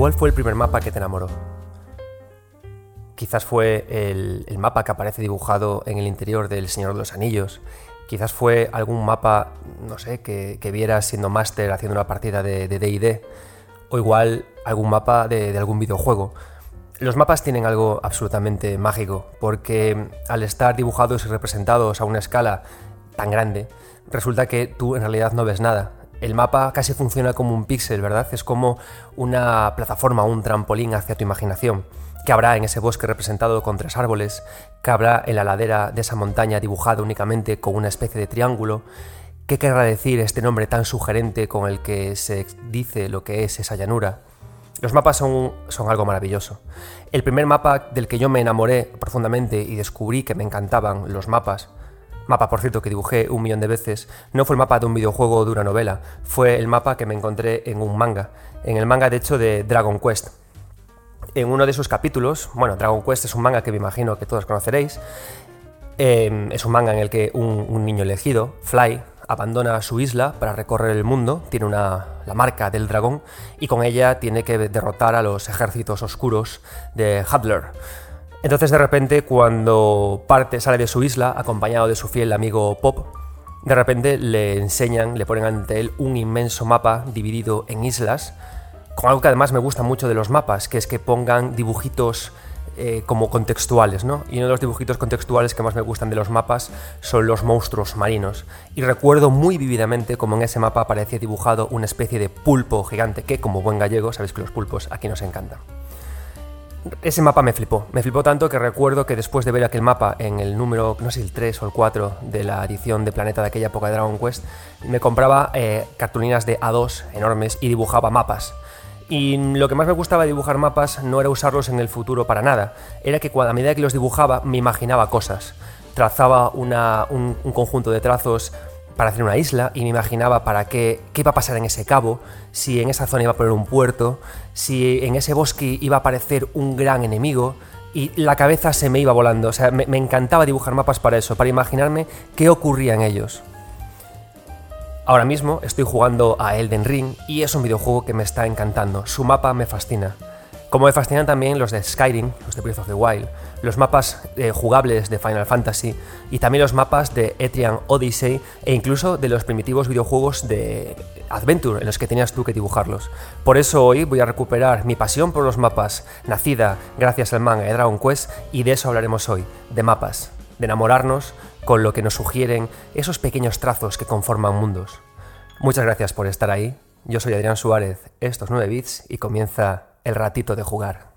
¿Cuál fue el primer mapa que te enamoró? Quizás fue el mapa que aparece dibujado en el interior del Señor de los Anillos. Quizás fue algún mapa, no sé, que vieras siendo máster haciendo una partida de D&D. O igual algún mapa de algún videojuego. Los mapas tienen algo absolutamente mágico, porque al estar dibujados y representados a una escala tan grande, resulta que tú en realidad no ves nada. El mapa casi funciona como un píxel, ¿verdad? Es como una plataforma, un trampolín hacia tu imaginación. ¿Qué habrá en ese bosque representado con 3 árboles? ¿Qué habrá en la ladera de esa montaña dibujada únicamente con una especie de triángulo? ¿Qué querrá decir este nombre tan sugerente con el que se dice lo que es esa llanura? Los mapas son algo maravilloso. El primer mapa del que yo me enamoré profundamente y descubrí que me encantaban los mapas, mapa por cierto que dibujé 1.000.000 de veces, no fue el mapa de un videojuego o de una novela, fue el mapa que me encontré en un manga, en el manga de hecho de Dragon Quest. En uno de sus capítulos, bueno, Dragon Quest es un manga que me imagino que todos conoceréis, es un manga en el que un niño elegido, Fly, abandona su isla para recorrer el mundo, tiene la marca del dragón y con ella tiene que derrotar a los ejércitos oscuros de Hadler. Entonces de repente cuando sale de su isla acompañado de su fiel amigo Pop, de repente le ponen ante él un inmenso mapa dividido en islas, con algo que además me gusta mucho de los mapas, que es que pongan dibujitos como contextuales, ¿no? Y uno de los dibujitos contextuales que más me gustan de los mapas son los monstruos marinos. Y recuerdo muy vívidamente como en ese mapa aparecía dibujado una especie de pulpo gigante que, como buen gallego, sabéis que los pulpos aquí nos encantan. Ese mapa me flipó tanto que recuerdo que después de ver aquel mapa en el número, no sé, el 3 o el 4 de la edición de Planeta de aquella época de Dragon Quest, me compraba cartulinas de A2 enormes y dibujaba mapas. Y lo que más me gustaba de dibujar mapas no era usarlos en el futuro para nada, era que a medida que los dibujaba me imaginaba cosas. Trazaba un conjunto de trazos para hacer una isla y me imaginaba qué iba a pasar en ese cabo, si en esa zona iba a poner un puerto, si en ese bosque iba a aparecer un gran enemigo, y la cabeza se me iba volando. O sea, me encantaba dibujar mapas para eso, para imaginarme qué ocurría en ellos. Ahora mismo estoy jugando a Elden Ring y es un videojuego que me está encantando. Su mapa me fascina. Como me fascinan también los de Skyrim, los de Breath of the Wild, los mapas jugables de Final Fantasy y también los mapas de Etrian Odyssey e incluso de los primitivos videojuegos de Adventure en los que tenías tú que dibujarlos. Por eso hoy voy a recuperar mi pasión por los mapas, nacida gracias al manga de Dragon Quest, y de eso hablaremos hoy, de mapas, de enamorarnos con lo que nos sugieren esos pequeños trazos que conforman mundos. Muchas gracias por estar ahí. Yo soy Adrián Suárez, esto es 9 bits y comienza el ratito de jugar.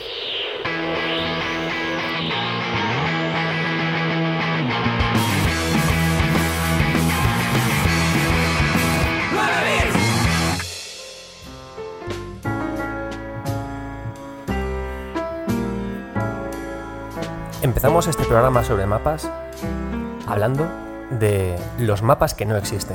Empezamos este programa sobre mapas hablando de los mapas que no existen.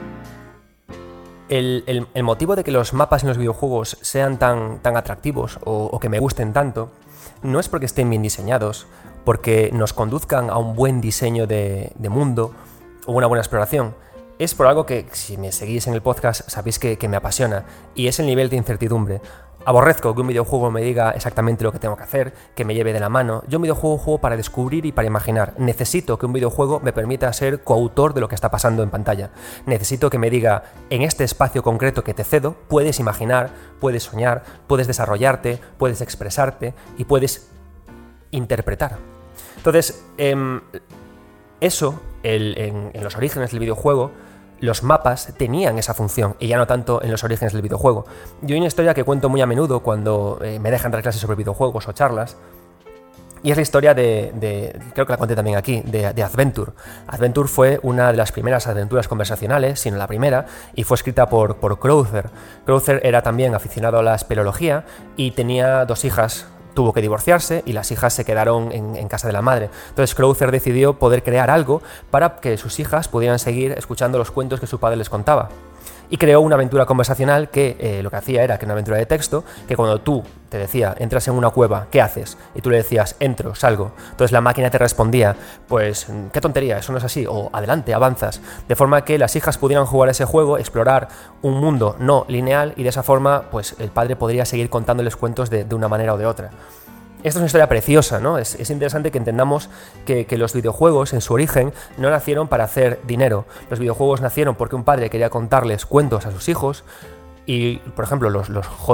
El motivo de que los mapas en los videojuegos sean tan atractivos o que me gusten tanto no es porque estén bien diseñados, porque nos conduzcan a un buen diseño de mundo o una buena exploración. Es por algo que, si me seguís en el podcast, sabéis que me apasiona, y es el nivel de incertidumbre. Aborrezco que un videojuego me diga exactamente lo que tengo que hacer, que me lleve de la mano. Yo un videojuego juego para descubrir y para imaginar. Necesito que un videojuego me permita ser coautor de lo que está pasando en pantalla. Necesito que me diga, en este espacio concreto que te cedo, puedes imaginar, puedes soñar, puedes desarrollarte, puedes expresarte y puedes interpretar. Entonces, eso, en los orígenes del videojuego, los mapas tenían esa función, y ya no tanto en los orígenes del videojuego. Yo hay una historia que cuento muy a menudo cuando me dejan dar clases sobre videojuegos o charlas, y es la historia creo que la conté también aquí, de Adventure. Adventure fue una de las primeras aventuras conversacionales, si no la primera, y fue escrita por Crowther. Crowther era también aficionado a la espeleología y tenía 2 hijas. Tuvo que divorciarse y las hijas se quedaron en casa de la madre. Entonces Crowther decidió poder crear algo para que sus hijas pudieran seguir escuchando los cuentos que su padre les contaba. y creó una aventura conversacional que lo que hacía era que una aventura de texto, que cuando tú te decía, entras en una cueva, ¿qué haces? Y tú le decías, entro, salgo. Entonces la máquina te respondía, pues, qué tontería, eso no es así, o adelante, avanzas. De forma que las hijas pudieran jugar ese juego, explorar un mundo no lineal y de esa forma, pues, el padre podría seguir contándoles cuentos de una manera o de otra. Esta es una historia preciosa, ¿no? Es interesante que entendamos que los videojuegos, en su origen, no nacieron para hacer dinero. Los videojuegos nacieron porque un padre quería contarles cuentos a sus hijos y, por ejemplo, los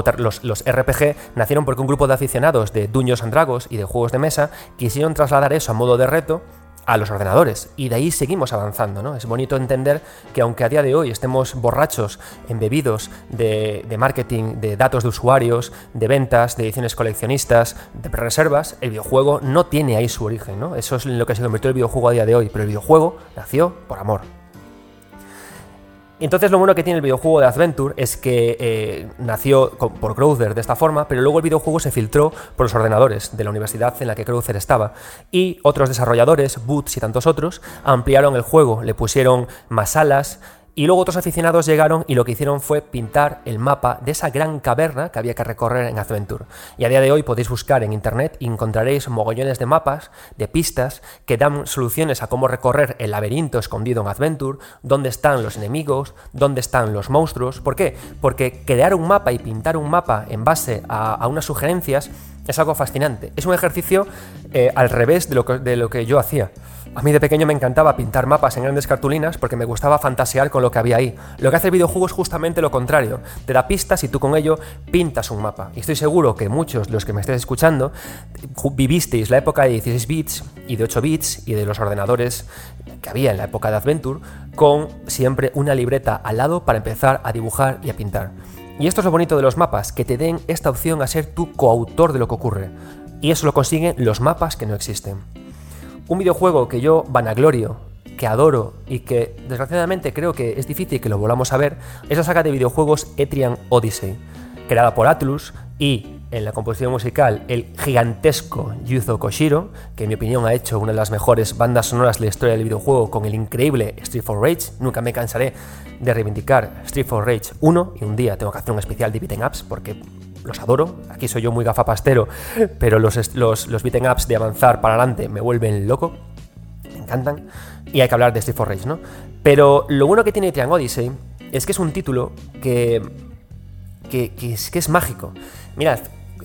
RPG nacieron porque un grupo de aficionados de Dungeons and Dragons y de juegos de mesa quisieron trasladar eso a modo de reto a los ordenadores, y de ahí seguimos avanzando, ¿no? Es bonito entender que aunque a día de hoy estemos borrachos, embebidos de marketing, de datos de usuarios, de ventas, de ediciones coleccionistas, de reservas, el videojuego no tiene ahí su origen, ¿no? Eso es en lo que se convirtió el videojuego a día de hoy, pero el videojuego nació por amor. Entonces lo bueno que tiene el videojuego de Adventure es que nació por Crowther de esta forma, pero luego el videojuego se filtró por los ordenadores de la universidad en la que Crowther estaba, y otros desarrolladores, Boots y tantos otros, ampliaron el juego, le pusieron más salas, y luego otros aficionados llegaron y lo que hicieron fue pintar el mapa de esa gran caverna que había que recorrer en Adventure. Y a día de hoy podéis buscar en internet y encontraréis mogollones de mapas, de pistas, que dan soluciones a cómo recorrer el laberinto escondido en Adventure, dónde están los enemigos, dónde están los monstruos. ¿Por qué? Porque crear un mapa y pintar un mapa en base a unas sugerencias es algo fascinante. Es un ejercicio al revés de lo que yo hacía. A mí de pequeño me encantaba pintar mapas en grandes cartulinas porque me gustaba fantasear con lo que había ahí. Lo que hace el videojuego es justamente lo contrario. Te da pistas y tú con ello pintas un mapa. Y estoy seguro que muchos de los que me estéis escuchando vivisteis la época de 16 bits y de 8 bits y de los ordenadores que había en la época de Adventure, con siempre una libreta al lado para empezar a dibujar y a pintar. Y esto es lo bonito de los mapas, que te den esta opción a ser tú coautor de lo que ocurre. Y eso lo consiguen los mapas que no existen. Un videojuego que yo vanaglorio, que adoro y que desgraciadamente creo que es difícil que lo volvamos a ver, es la saga de videojuegos Etrian Odyssey, creada por Atlus, y en la composición musical el gigantesco Yuzo Koshiro, que en mi opinión ha hecho una de las mejores bandas sonoras de la historia del videojuego con el increíble Street for Rage. Nunca me cansaré de reivindicar Street for Rage 1 y un día tengo que hacer un especial de beat'em ups porque los adoro. Aquí soy yo muy gafapastero, pero los beat'em ups de avanzar para adelante me vuelven loco, me encantan, y hay que hablar de Street for Rage, ¿no? Pero lo bueno que tiene Etrian Odyssey es que es un título que es mágico. Mirad,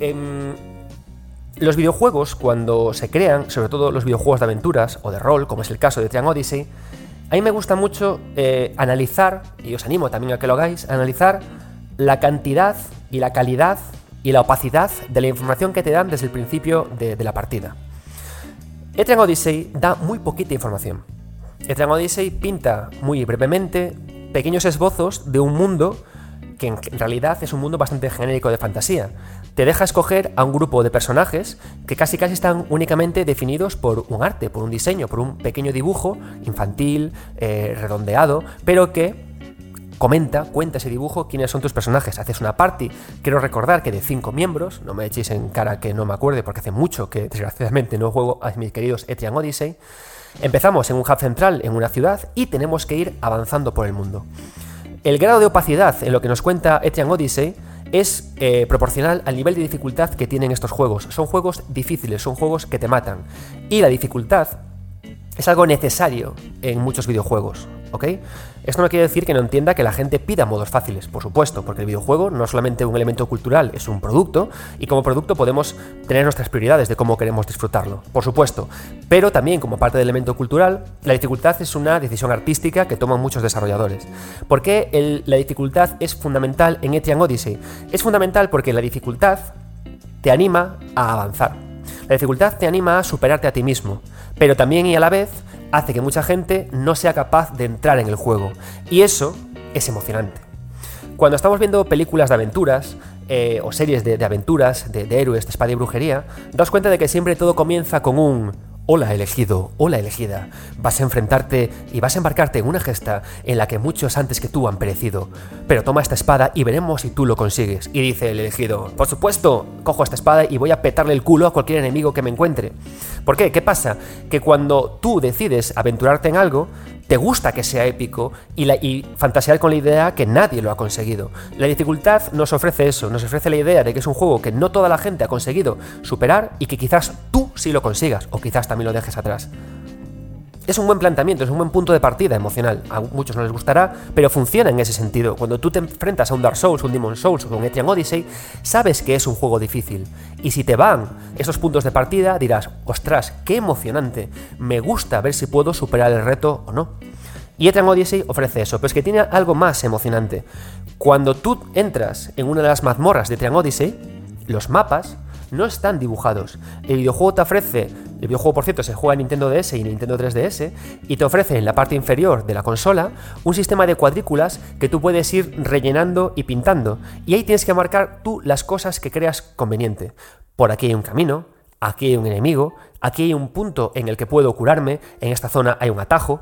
los videojuegos cuando se crean, sobre todo los videojuegos de aventuras o de rol, como es el caso de Etrian Odyssey, a mí me gusta mucho analizar, y os animo también a que lo hagáis, analizar la cantidad y la calidad y la opacidad de la información que te dan desde el principio de la partida. Etrian Odyssey da muy poquita información. Etrian Odyssey pinta muy brevemente pequeños esbozos de un mundo que en realidad es un mundo bastante genérico de fantasía. Te deja escoger a un grupo de personajes que casi están únicamente definidos por un arte, por un diseño, por un pequeño dibujo infantil, redondeado, pero que cuenta ese dibujo quiénes son tus personajes. Haces una party, quiero recordar que de 5 miembros, no me echéis en cara que no me acuerde porque hace mucho que desgraciadamente no juego a mis queridos Etrian Odyssey. Empezamos en un hub central en una ciudad y tenemos que ir avanzando por el mundo. El grado de opacidad en lo que nos cuenta Etrian Odyssey es proporcional al nivel de dificultad que tienen estos juegos. Son juegos difíciles, son juegos que te matan. Y la dificultad es algo necesario en muchos videojuegos, ¿ok? Esto no quiere decir que no entienda que la gente pida modos fáciles, por supuesto, porque el videojuego no es solamente un elemento cultural, es un producto, y como producto podemos tener nuestras prioridades de cómo queremos disfrutarlo, por supuesto. Pero también, como parte del elemento cultural, la dificultad es una decisión artística que toman muchos desarrolladores. ¿Por qué la dificultad es fundamental en Etrian Odyssey? Es fundamental porque la dificultad te anima a avanzar. La dificultad te anima a superarte a ti mismo, pero también y a la vez hace que mucha gente no sea capaz de entrar en el juego. Y eso es emocionante. Cuando estamos viendo películas de aventuras o series de aventuras, de héroes, de espada y brujería, daos cuenta de que siempre todo comienza con un Hola elegido, hola elegida, vas a enfrentarte y vas a embarcarte en una gesta en la que muchos antes que tú han perecido. Pero toma esta espada y veremos si tú lo consigues. Y dice el elegido, por supuesto, cojo esta espada y voy a petarle el culo a cualquier enemigo que me encuentre. ¿Por qué? ¿Qué pasa? Que cuando tú decides aventurarte en algo, te gusta que sea épico y fantasear con la idea que nadie lo ha conseguido. La dificultad nos ofrece eso, nos ofrece la idea de que es un juego que no toda la gente ha conseguido superar y que quizás tú sí lo consigas o quizás también lo dejes atrás. Es un buen planteamiento, es un buen punto de partida emocional. A muchos no les gustará, pero funciona en ese sentido. Cuando tú te enfrentas a un Dark Souls, un Demon Souls o un Etrian Odyssey, sabes que es un juego difícil. Y si te van esos puntos de partida, dirás, ostras, qué emocionante, me gusta ver si puedo superar el reto o no. Y Etrian Odyssey ofrece eso, pero es que tiene algo más emocionante. Cuando tú entras en una de las mazmorras de Etrian Odyssey, los mapas no están dibujados. El videojuego te ofrece, el videojuego por cierto se juega en Nintendo DS y Nintendo 3DS, y te ofrece en la parte inferior de la consola un sistema de cuadrículas que tú puedes ir rellenando y pintando, y ahí tienes que marcar tú las cosas que creas conveniente. Por aquí hay un camino, aquí hay un enemigo, aquí hay un punto en el que puedo curarme, en esta zona hay un atajo,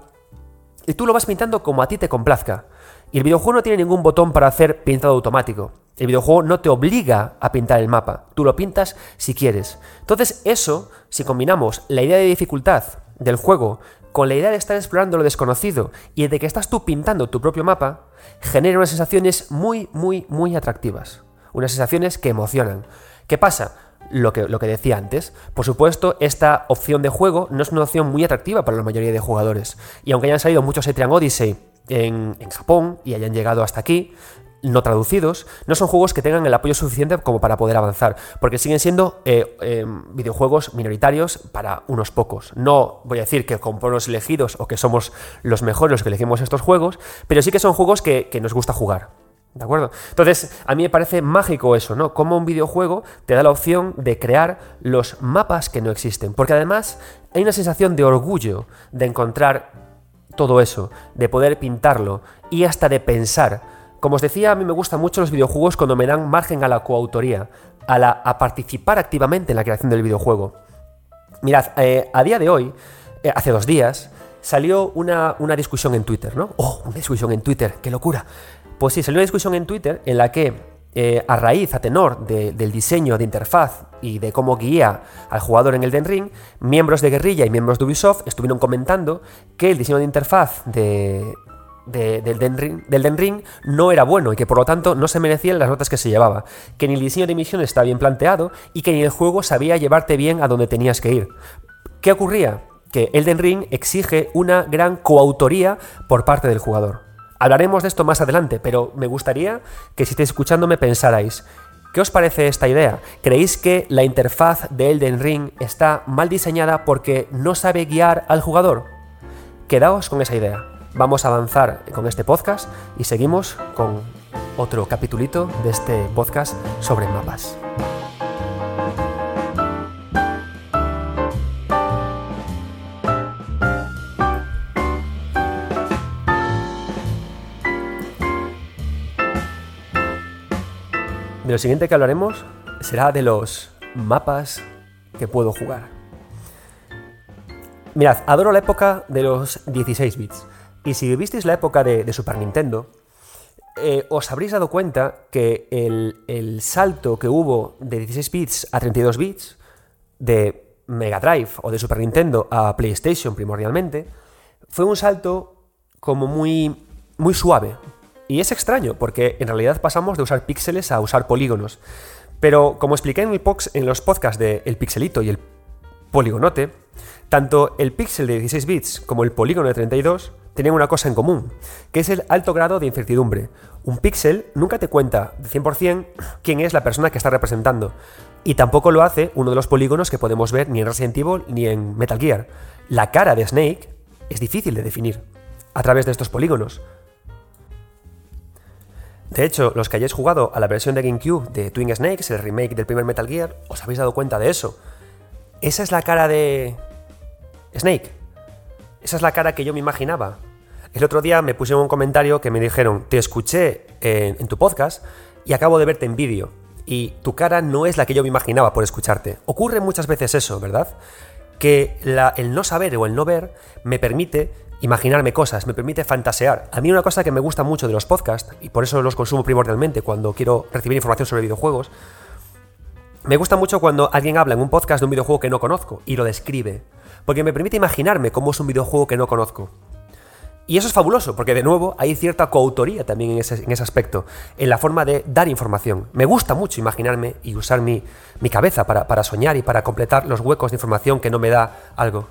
y tú lo vas pintando como a ti te complazca. Y el videojuego no tiene ningún botón para hacer pintado automático. El videojuego no te obliga a pintar el mapa, tú lo pintas si quieres. Entonces eso, si combinamos la idea de dificultad del juego con la idea de estar explorando lo desconocido y de que estás tú pintando tu propio mapa, genera unas sensaciones muy, muy, muy atractivas. Unas sensaciones que emocionan. ¿Qué pasa? Lo que decía antes, por supuesto, esta opción de juego no es una opción muy atractiva para la mayoría de jugadores. Y aunque hayan salido muchos Etrian Odyssey en Japón y hayan llegado hasta aquí, no traducidos, no son juegos que tengan el apoyo suficiente como para poder avanzar, porque siguen siendo videojuegos minoritarios para unos pocos. No voy a decir que como los elegidos o que somos los mejores los que elegimos estos juegos, pero sí que son juegos que nos gusta jugar. ¿De acuerdo? Entonces, a mí me parece mágico eso, ¿no? Como un videojuego te da la opción de crear los mapas que no existen, porque además hay una sensación de orgullo de encontrar todo eso, de poder pintarlo y hasta de pensar. Como os decía, a mí me gustan mucho los videojuegos cuando me dan margen a la coautoría, a participar activamente en la creación del videojuego. Mirad, a día de hoy, hace 2 días, salió una discusión en Twitter, ¿no? ¡Oh, una discusión en Twitter! ¡Qué locura! Pues sí, salió una discusión en Twitter en la que, a tenor del diseño de interfaz y de cómo guía al jugador en Elden Ring, miembros de Guerrilla y miembros de Ubisoft estuvieron comentando que el diseño de interfaz del Elden Ring no era bueno y que por lo tanto no se merecían las notas que se llevaba, que ni el diseño de misiones estaba bien planteado y que ni el juego sabía llevarte bien a donde tenías que ir. ¿Qué ocurría? Que Elden Ring exige una gran coautoría por parte del jugador. Hablaremos de esto más adelante, pero me gustaría que si estáis escuchándome pensarais, ¿qué os parece esta idea? ¿Creéis que la interfaz de Elden Ring está mal diseñada porque no sabe guiar al jugador? Quedaos con esa idea. Vamos a avanzar con este podcast y seguimos con otro capitulito de este podcast sobre mapas. De lo siguiente que hablaremos será de los mapas que puedo jugar. Mirad, adoro la época de los 16 bits. Y si vivisteis la época de Super Nintendo, os habréis dado cuenta que el salto que hubo de 16 bits a 32 bits, de Mega Drive o de Super Nintendo a PlayStation primordialmente, fue un salto como muy, muy suave. Y es extraño, porque en realidad pasamos de usar píxeles a usar polígonos. Pero como expliqué en los podcasts de El Pixelito y el Poligonote, tanto el píxel de 16 bits como el polígono de 32 tenían una cosa en común, que es el alto grado de incertidumbre. Un píxel nunca te cuenta de 100% quién es la persona que está representando, y tampoco lo hace uno de los polígonos que podemos ver ni en Resident Evil ni en Metal Gear. La cara de Snake es difícil de definir a través de estos polígonos. De hecho, los que hayáis jugado a la versión de GameCube de Twin Snakes, el remake del primer Metal Gear, os habéis dado cuenta de eso. Esa es la cara de Snake. Esa es la cara que yo me imaginaba. El otro día me pusieron un comentario que me dijeron: te escuché en tu podcast y acabo de verte en vídeo, y tu cara no es la que yo me imaginaba por escucharte. Ocurre muchas veces eso, ¿verdad? que el no saber o el no ver me permite imaginarme cosas, me permite fantasear. A mí una cosa que me gusta mucho de los podcasts, y por eso los consumo primordialmente cuando quiero recibir información sobre videojuegos, me gusta mucho cuando alguien habla en un podcast de un videojuego que no conozco y lo describe, porque me permite imaginarme cómo es un videojuego que no conozco. Y eso es fabuloso, porque de nuevo hay cierta coautoría también en ese aspecto, en la forma de dar información. Me gusta mucho imaginarme y usar mi cabeza para soñar y para completar los huecos de información que no me da algo.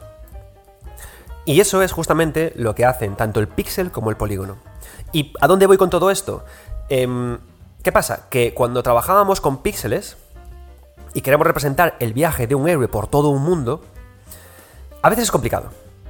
Y eso es justamente lo que hacen tanto el píxel como el polígono. ¿Y a dónde voy con todo esto? ¿Qué pasa? Que cuando trabajábamos con píxeles y queremos representar el viaje de un héroe por todo un mundo, a veces es complicado.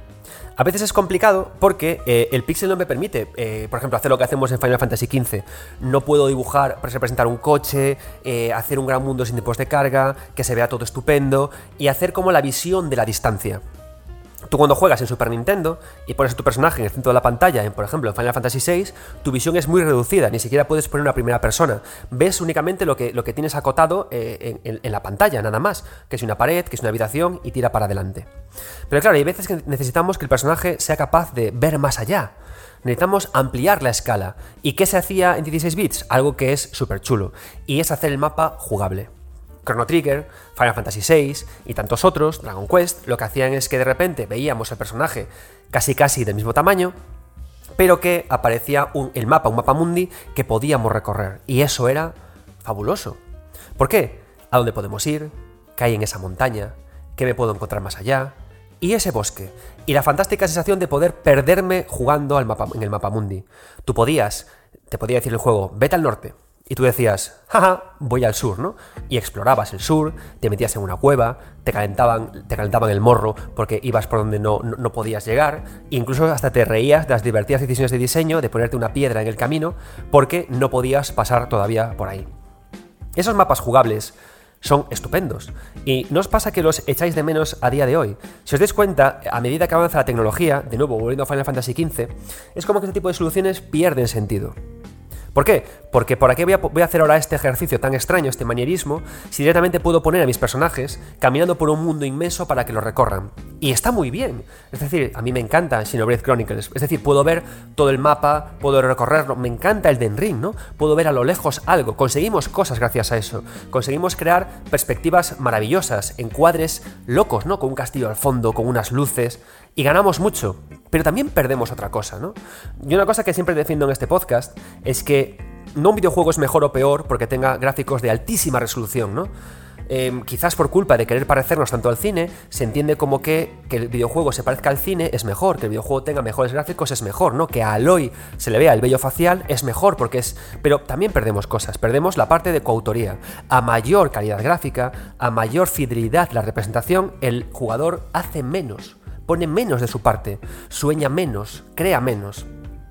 A veces es complicado porque el píxel no me permite, por ejemplo, hacer lo que hacemos en Final Fantasy XV. No puedo dibujar, representar un coche, hacer un gran mundo sin tiempos de carga, que se vea todo estupendo y hacer como la visión de la distancia. Tú cuando juegas en Super Nintendo y pones a tu personaje en el centro de la pantalla, por ejemplo en Final Fantasy VI, tu visión es muy reducida, ni siquiera puedes poner una primera persona. Ves únicamente lo que tienes acotado en la pantalla, nada más, que es una pared, que es una habitación y tira para adelante. Pero claro, hay veces que necesitamos que el personaje sea capaz de ver más allá. Necesitamos ampliar la escala. ¿Y qué se hacía en 16 bits? Algo que es súper chulo, y es hacer el mapa jugable. Chrono Trigger, Final Fantasy VI y tantos otros, Dragon Quest, lo que hacían es que de repente veíamos el personaje casi del mismo tamaño, pero que aparecía un mapa mundi que podíamos recorrer. Y eso era fabuloso. ¿Por qué? ¿A dónde podemos ir? ¿Qué hay en esa montaña? ¿Qué me puedo encontrar más allá? Y ese bosque. Y la fantástica sensación de poder perderme jugando en el mapa mundi. Te podía decir el juego, vete al norte. Y tú decías, jaja, voy al sur, ¿no? Y explorabas el sur, te metías en una cueva, te calentaban el morro porque ibas por donde no podías llegar, e incluso hasta te reías de las divertidas decisiones de diseño de ponerte una piedra en el camino porque no podías pasar todavía por ahí. Esos mapas jugables son estupendos. Y ¿no os pasa que los echáis de menos a día de hoy? Si os dais cuenta, a medida que avanza la tecnología, de nuevo volviendo a Final Fantasy XV, es como que este tipo de soluciones pierden sentido. ¿Por qué? Porque ¿por qué voy a hacer ahora este ejercicio tan extraño, este manierismo, si directamente puedo poner a mis personajes caminando por un mundo inmenso para que lo recorran? Y está muy bien. Es decir, a mí me encanta Xenoblade Chronicles. Es decir, puedo ver todo el mapa, puedo recorrerlo. Me encanta el Elden Ring, ¿no? Puedo ver a lo lejos algo. Conseguimos cosas gracias a eso. Conseguimos crear perspectivas maravillosas, encuadres locos, ¿no? Con un castillo al fondo, con unas luces. Y ganamos mucho, pero también perdemos otra cosa, ¿no? Y una cosa que siempre defiendo en este podcast es que no un videojuego es mejor o peor porque tenga gráficos de altísima resolución, ¿no? Quizás por culpa de querer parecernos tanto al cine, se entiende como que el videojuego se parezca al cine es mejor, que el videojuego tenga mejores gráficos es mejor, ¿no? Que a Aloy se le vea el vello facial es mejor porque es... Pero también perdemos cosas, perdemos la parte de coautoría. A mayor calidad gráfica, a mayor fidelidad la representación, el jugador hace menos. Pone menos de su parte, sueña menos, crea menos.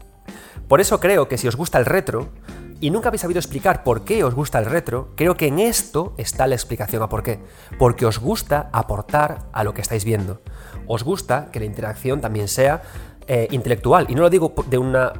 Por eso creo que si os gusta el retro, y nunca habéis sabido explicar por qué os gusta el retro, creo que en esto está la explicación a por qué. Porque os gusta aportar a lo que estáis viendo. Os gusta que la interacción también sea intelectual. Y no lo digo por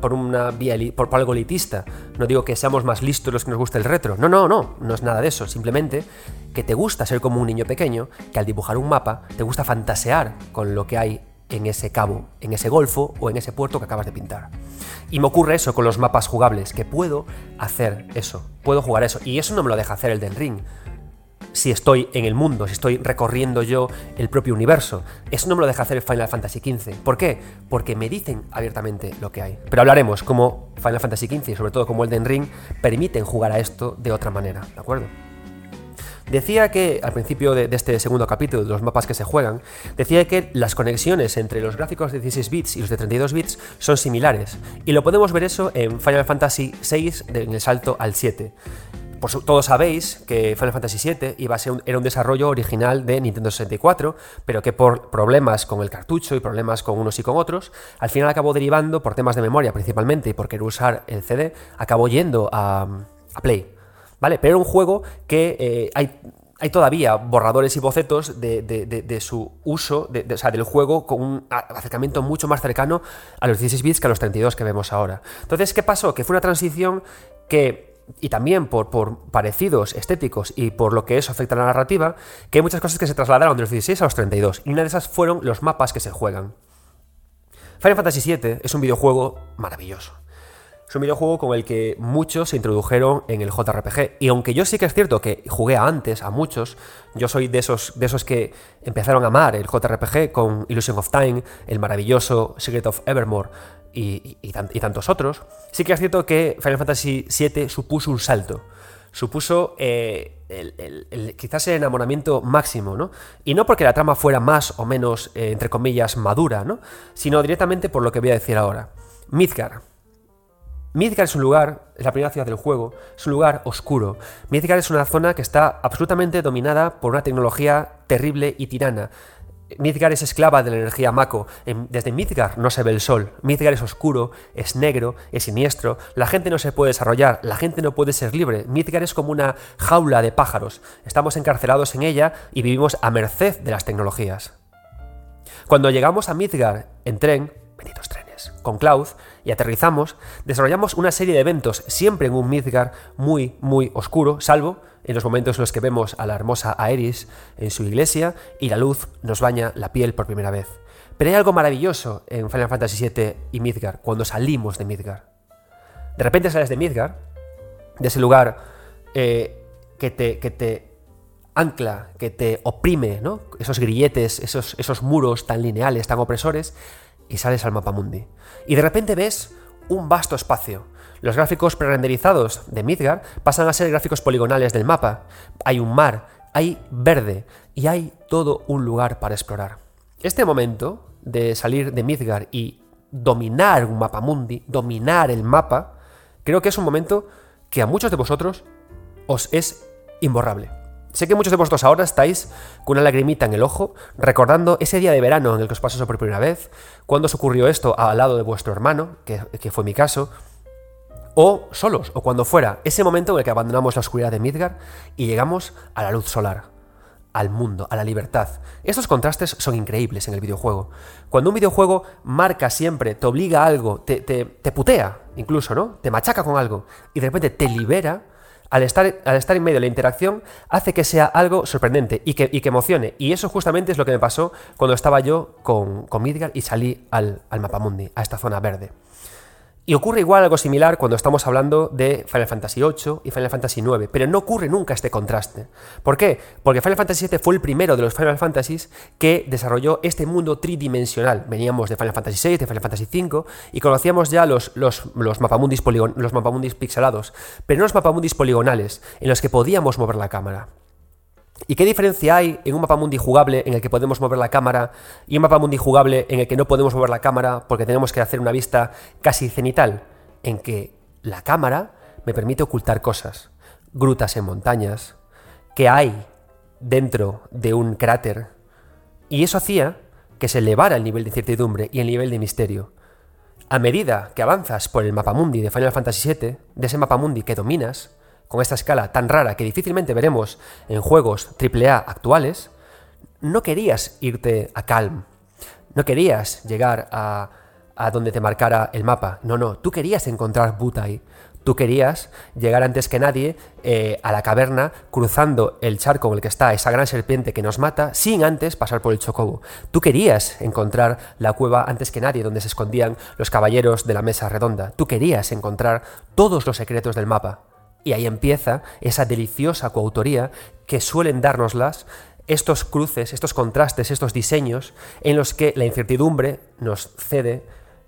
algo elitista. No digo que seamos más listos los que nos gusta el retro. No es nada de eso. Simplemente que te gusta ser como un niño pequeño, que al dibujar un mapa te gusta fantasear con lo que hay en ese cabo, en ese golfo o en ese puerto que acabas de pintar. Y me ocurre eso con los mapas jugables, que puedo hacer eso, puedo jugar eso. Y eso no me lo deja hacer el Elden Ring. Si estoy en el mundo, si estoy recorriendo yo el propio universo. Eso no me lo deja hacer el Final Fantasy XV. ¿Por qué? Porque me dicen abiertamente lo que hay. Pero hablaremos cómo Final Fantasy XV y sobre todo cómo Elden Ring permiten jugar a esto de otra manera, ¿de acuerdo? Decía que, al principio de este segundo capítulo de los mapas que se juegan, decía que las conexiones entre los gráficos de 16 bits y los de 32 bits son similares. Y lo podemos ver eso en Final Fantasy VI, en el salto al 7. Pues todos sabéis que Final Fantasy VII era un desarrollo original de Nintendo 64, pero que por problemas con el cartucho y problemas con unos y con otros, al final acabó derivando, por temas de memoria principalmente y por querer usar el CD, acabó yendo a Play. ¿Vale? Pero era un juego que hay todavía borradores y bocetos de su uso, o sea, del juego con un acercamiento mucho más cercano a los 16 bits que a los 32 que vemos ahora. Entonces, ¿qué pasó? Que fue una transición que y también por parecidos estéticos y por lo que eso afecta a la narrativa, que hay muchas cosas que se trasladaron de los 16 a los 32, y una de esas fueron los mapas que se juegan. Final Fantasy VII es un videojuego maravilloso. Es un videojuego con el que muchos se introdujeron en el JRPG. Y aunque yo sí que es cierto que jugué antes a muchos, yo soy de esos que empezaron a amar el JRPG con Illusion of Time, el maravilloso Secret of Evermore y tantos otros, sí que es cierto que Final Fantasy VII supuso un salto. Supuso quizás el enamoramiento máximo, ¿no? Y no porque la trama fuera más o menos, entre comillas, madura, ¿no? Sino directamente por lo que voy a decir ahora. Midgar. Midgar es un lugar, es la primera ciudad del juego, es un lugar oscuro. Midgar es una zona que está absolutamente dominada por una tecnología terrible y tirana. Midgar es esclava de la energía Mako. Desde Midgar no se ve el sol. Midgar es oscuro, es negro, es siniestro. La gente no se puede desarrollar, la gente no puede ser libre. Midgar es como una jaula de pájaros. Estamos encarcelados en ella y vivimos a merced de las tecnologías. Cuando llegamos a Midgar en tren, benditos trenes, con Cloud, y aterrizamos, desarrollamos una serie de eventos, siempre en un Midgar muy, muy oscuro, salvo en los momentos en los que vemos a la hermosa Aeris en su iglesia y la luz nos baña la piel por primera vez. Pero hay algo maravilloso en Final Fantasy VII y Midgar, cuando salimos de Midgar. De repente sales de Midgar, de ese lugar que te ancla, que te oprime, ¿no? Esos grilletes, esos muros tan lineales, tan opresores, y sales al mapamundi. Y de repente ves un vasto espacio. Los gráficos prerenderizados de Midgar pasan a ser gráficos poligonales del mapa. Hay un mar, hay verde y hay todo un lugar para explorar. Este momento de salir de Midgar y dominar un mapamundi, dominar el mapa, creo que es un momento que a muchos de vosotros os es imborrable. Sé que muchos de vosotros ahora estáis con una lagrimita en el ojo, recordando ese día de verano en el que os pasó eso por primera vez, cuando os ocurrió esto al lado de vuestro hermano, que fue mi caso, o solos, o cuando fuera, ese momento en el que abandonamos la oscuridad de Midgar y llegamos a la luz solar, al mundo, a la libertad. Estos contrastes son increíbles en el videojuego. Cuando un videojuego marca siempre, te obliga a algo, te putea incluso, ¿no? Te machaca con algo y de repente te libera. Al estar en medio de la interacción, hace que sea algo sorprendente y que emocione. Y eso justamente es lo que me pasó cuando estaba yo con Midgar y salí al mapamundi, a esta zona verde. Y ocurre igual algo similar cuando estamos hablando de Final Fantasy VIII y Final Fantasy IX, pero no ocurre nunca este contraste. ¿Por qué? Porque Final Fantasy VII fue el primero de los Final Fantasies que desarrolló este mundo tridimensional. Veníamos de Final Fantasy VI, de Final Fantasy V, y conocíamos ya los mapamundis pixelados, pero no los mapamundis poligonales, en los que podíamos mover la cámara. ¿Y qué diferencia hay en un mapamundi jugable en el que podemos mover la cámara y un mapamundi jugable en el que no podemos mover la cámara porque tenemos que hacer una vista casi cenital? En que la cámara me permite ocultar cosas, grutas en montañas, que hay dentro de un cráter, y eso hacía que se elevara el nivel de incertidumbre y el nivel de misterio. A medida que avanzas por el mapamundi de Final Fantasy VII, de ese mapamundi que dominas, con esta escala tan rara que difícilmente veremos en juegos AAA actuales, no querías irte a Kalm, no querías llegar a donde te marcara el mapa, no, tú querías encontrar Butai, tú querías llegar antes que nadie a la caverna, cruzando el charco en el que está esa gran serpiente que nos mata, sin antes pasar por el chocobo. Tú querías encontrar la cueva antes que nadie, donde se escondían los caballeros de la mesa redonda, tú querías encontrar todos los secretos del mapa. Y ahí empieza esa deliciosa coautoría que suelen dárnoslas estos cruces, estos contrastes, estos diseños en los que la incertidumbre nos cede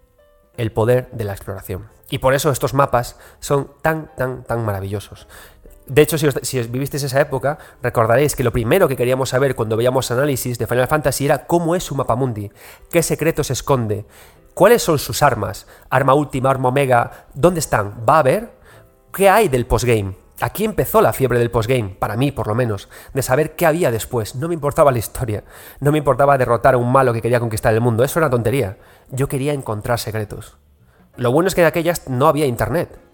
el poder de la exploración. Y por eso estos mapas son tan maravillosos. De hecho, si vivisteis esa época, recordaréis que lo primero que queríamos saber cuando veíamos análisis de Final Fantasy era cómo es su mapamundi, qué secretos esconde, cuáles son sus armas, arma última, arma omega, ¿dónde están? ¿Va a haber? ¿Qué hay del postgame? Aquí empezó la fiebre del postgame, para mí por lo menos, de saber qué había después. No me importaba la historia, no me importaba derrotar a un malo que quería conquistar el mundo, eso era una tontería. Yo quería encontrar secretos. Lo bueno es que en aquellas no había internet.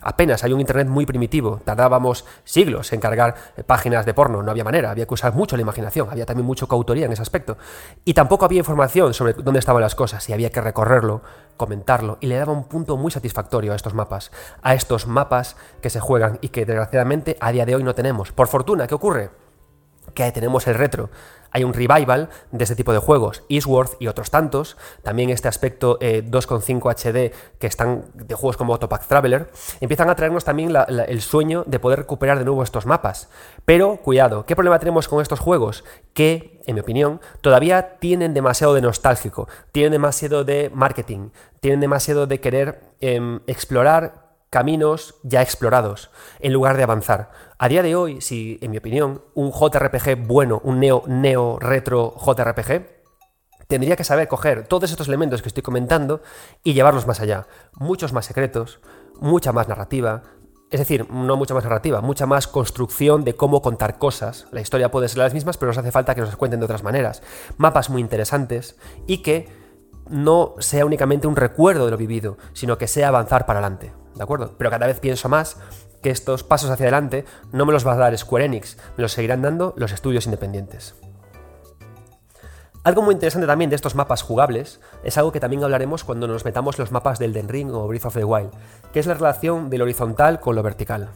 apenas había un internet muy primitivo, tardábamos siglos en cargar páginas de porno, no había manera, había que usar mucho la imaginación, había también mucho coautoría en ese aspecto, y tampoco había información sobre dónde estaban las cosas, y había que recorrerlo, comentarlo, y le daba un punto muy satisfactorio a estos mapas que se juegan y que desgraciadamente a día de hoy no tenemos. Por fortuna, ¿qué ocurre? Que tenemos el retro. Hay un revival de este tipo de juegos, Eastward y otros tantos, también este aspecto 2.5 HD que están de juegos como Octopath Traveler, empiezan a traernos también el sueño de poder recuperar de nuevo estos mapas. Pero, cuidado, ¿qué problema tenemos con estos juegos? Que, en mi opinión, todavía tienen demasiado de nostálgico, tienen demasiado de marketing, tienen demasiado de querer explorar caminos ya explorados, en lugar de avanzar. A día de hoy, si, en mi opinión, un JRPG bueno, un neo-retro JRPG, tendría que saber coger todos estos elementos que estoy comentando y llevarlos más allá. Muchos más secretos, mucha más narrativa, es decir, no mucha más narrativa, mucha más construcción de cómo contar cosas. La historia puede ser las mismas, pero nos hace falta que nos cuenten de otras maneras. Mapas muy interesantes y que no sea únicamente un recuerdo de lo vivido, sino que sea avanzar para adelante. ¿De acuerdo? Pero cada vez pienso más que estos pasos hacia adelante no me los va a dar Square Enix, me los seguirán dando los estudios independientes. Algo muy interesante también de estos mapas jugables es algo que también hablaremos cuando nos metamos los mapas del Elden Ring o Breath of the Wild, que es la relación de lo horizontal con lo vertical.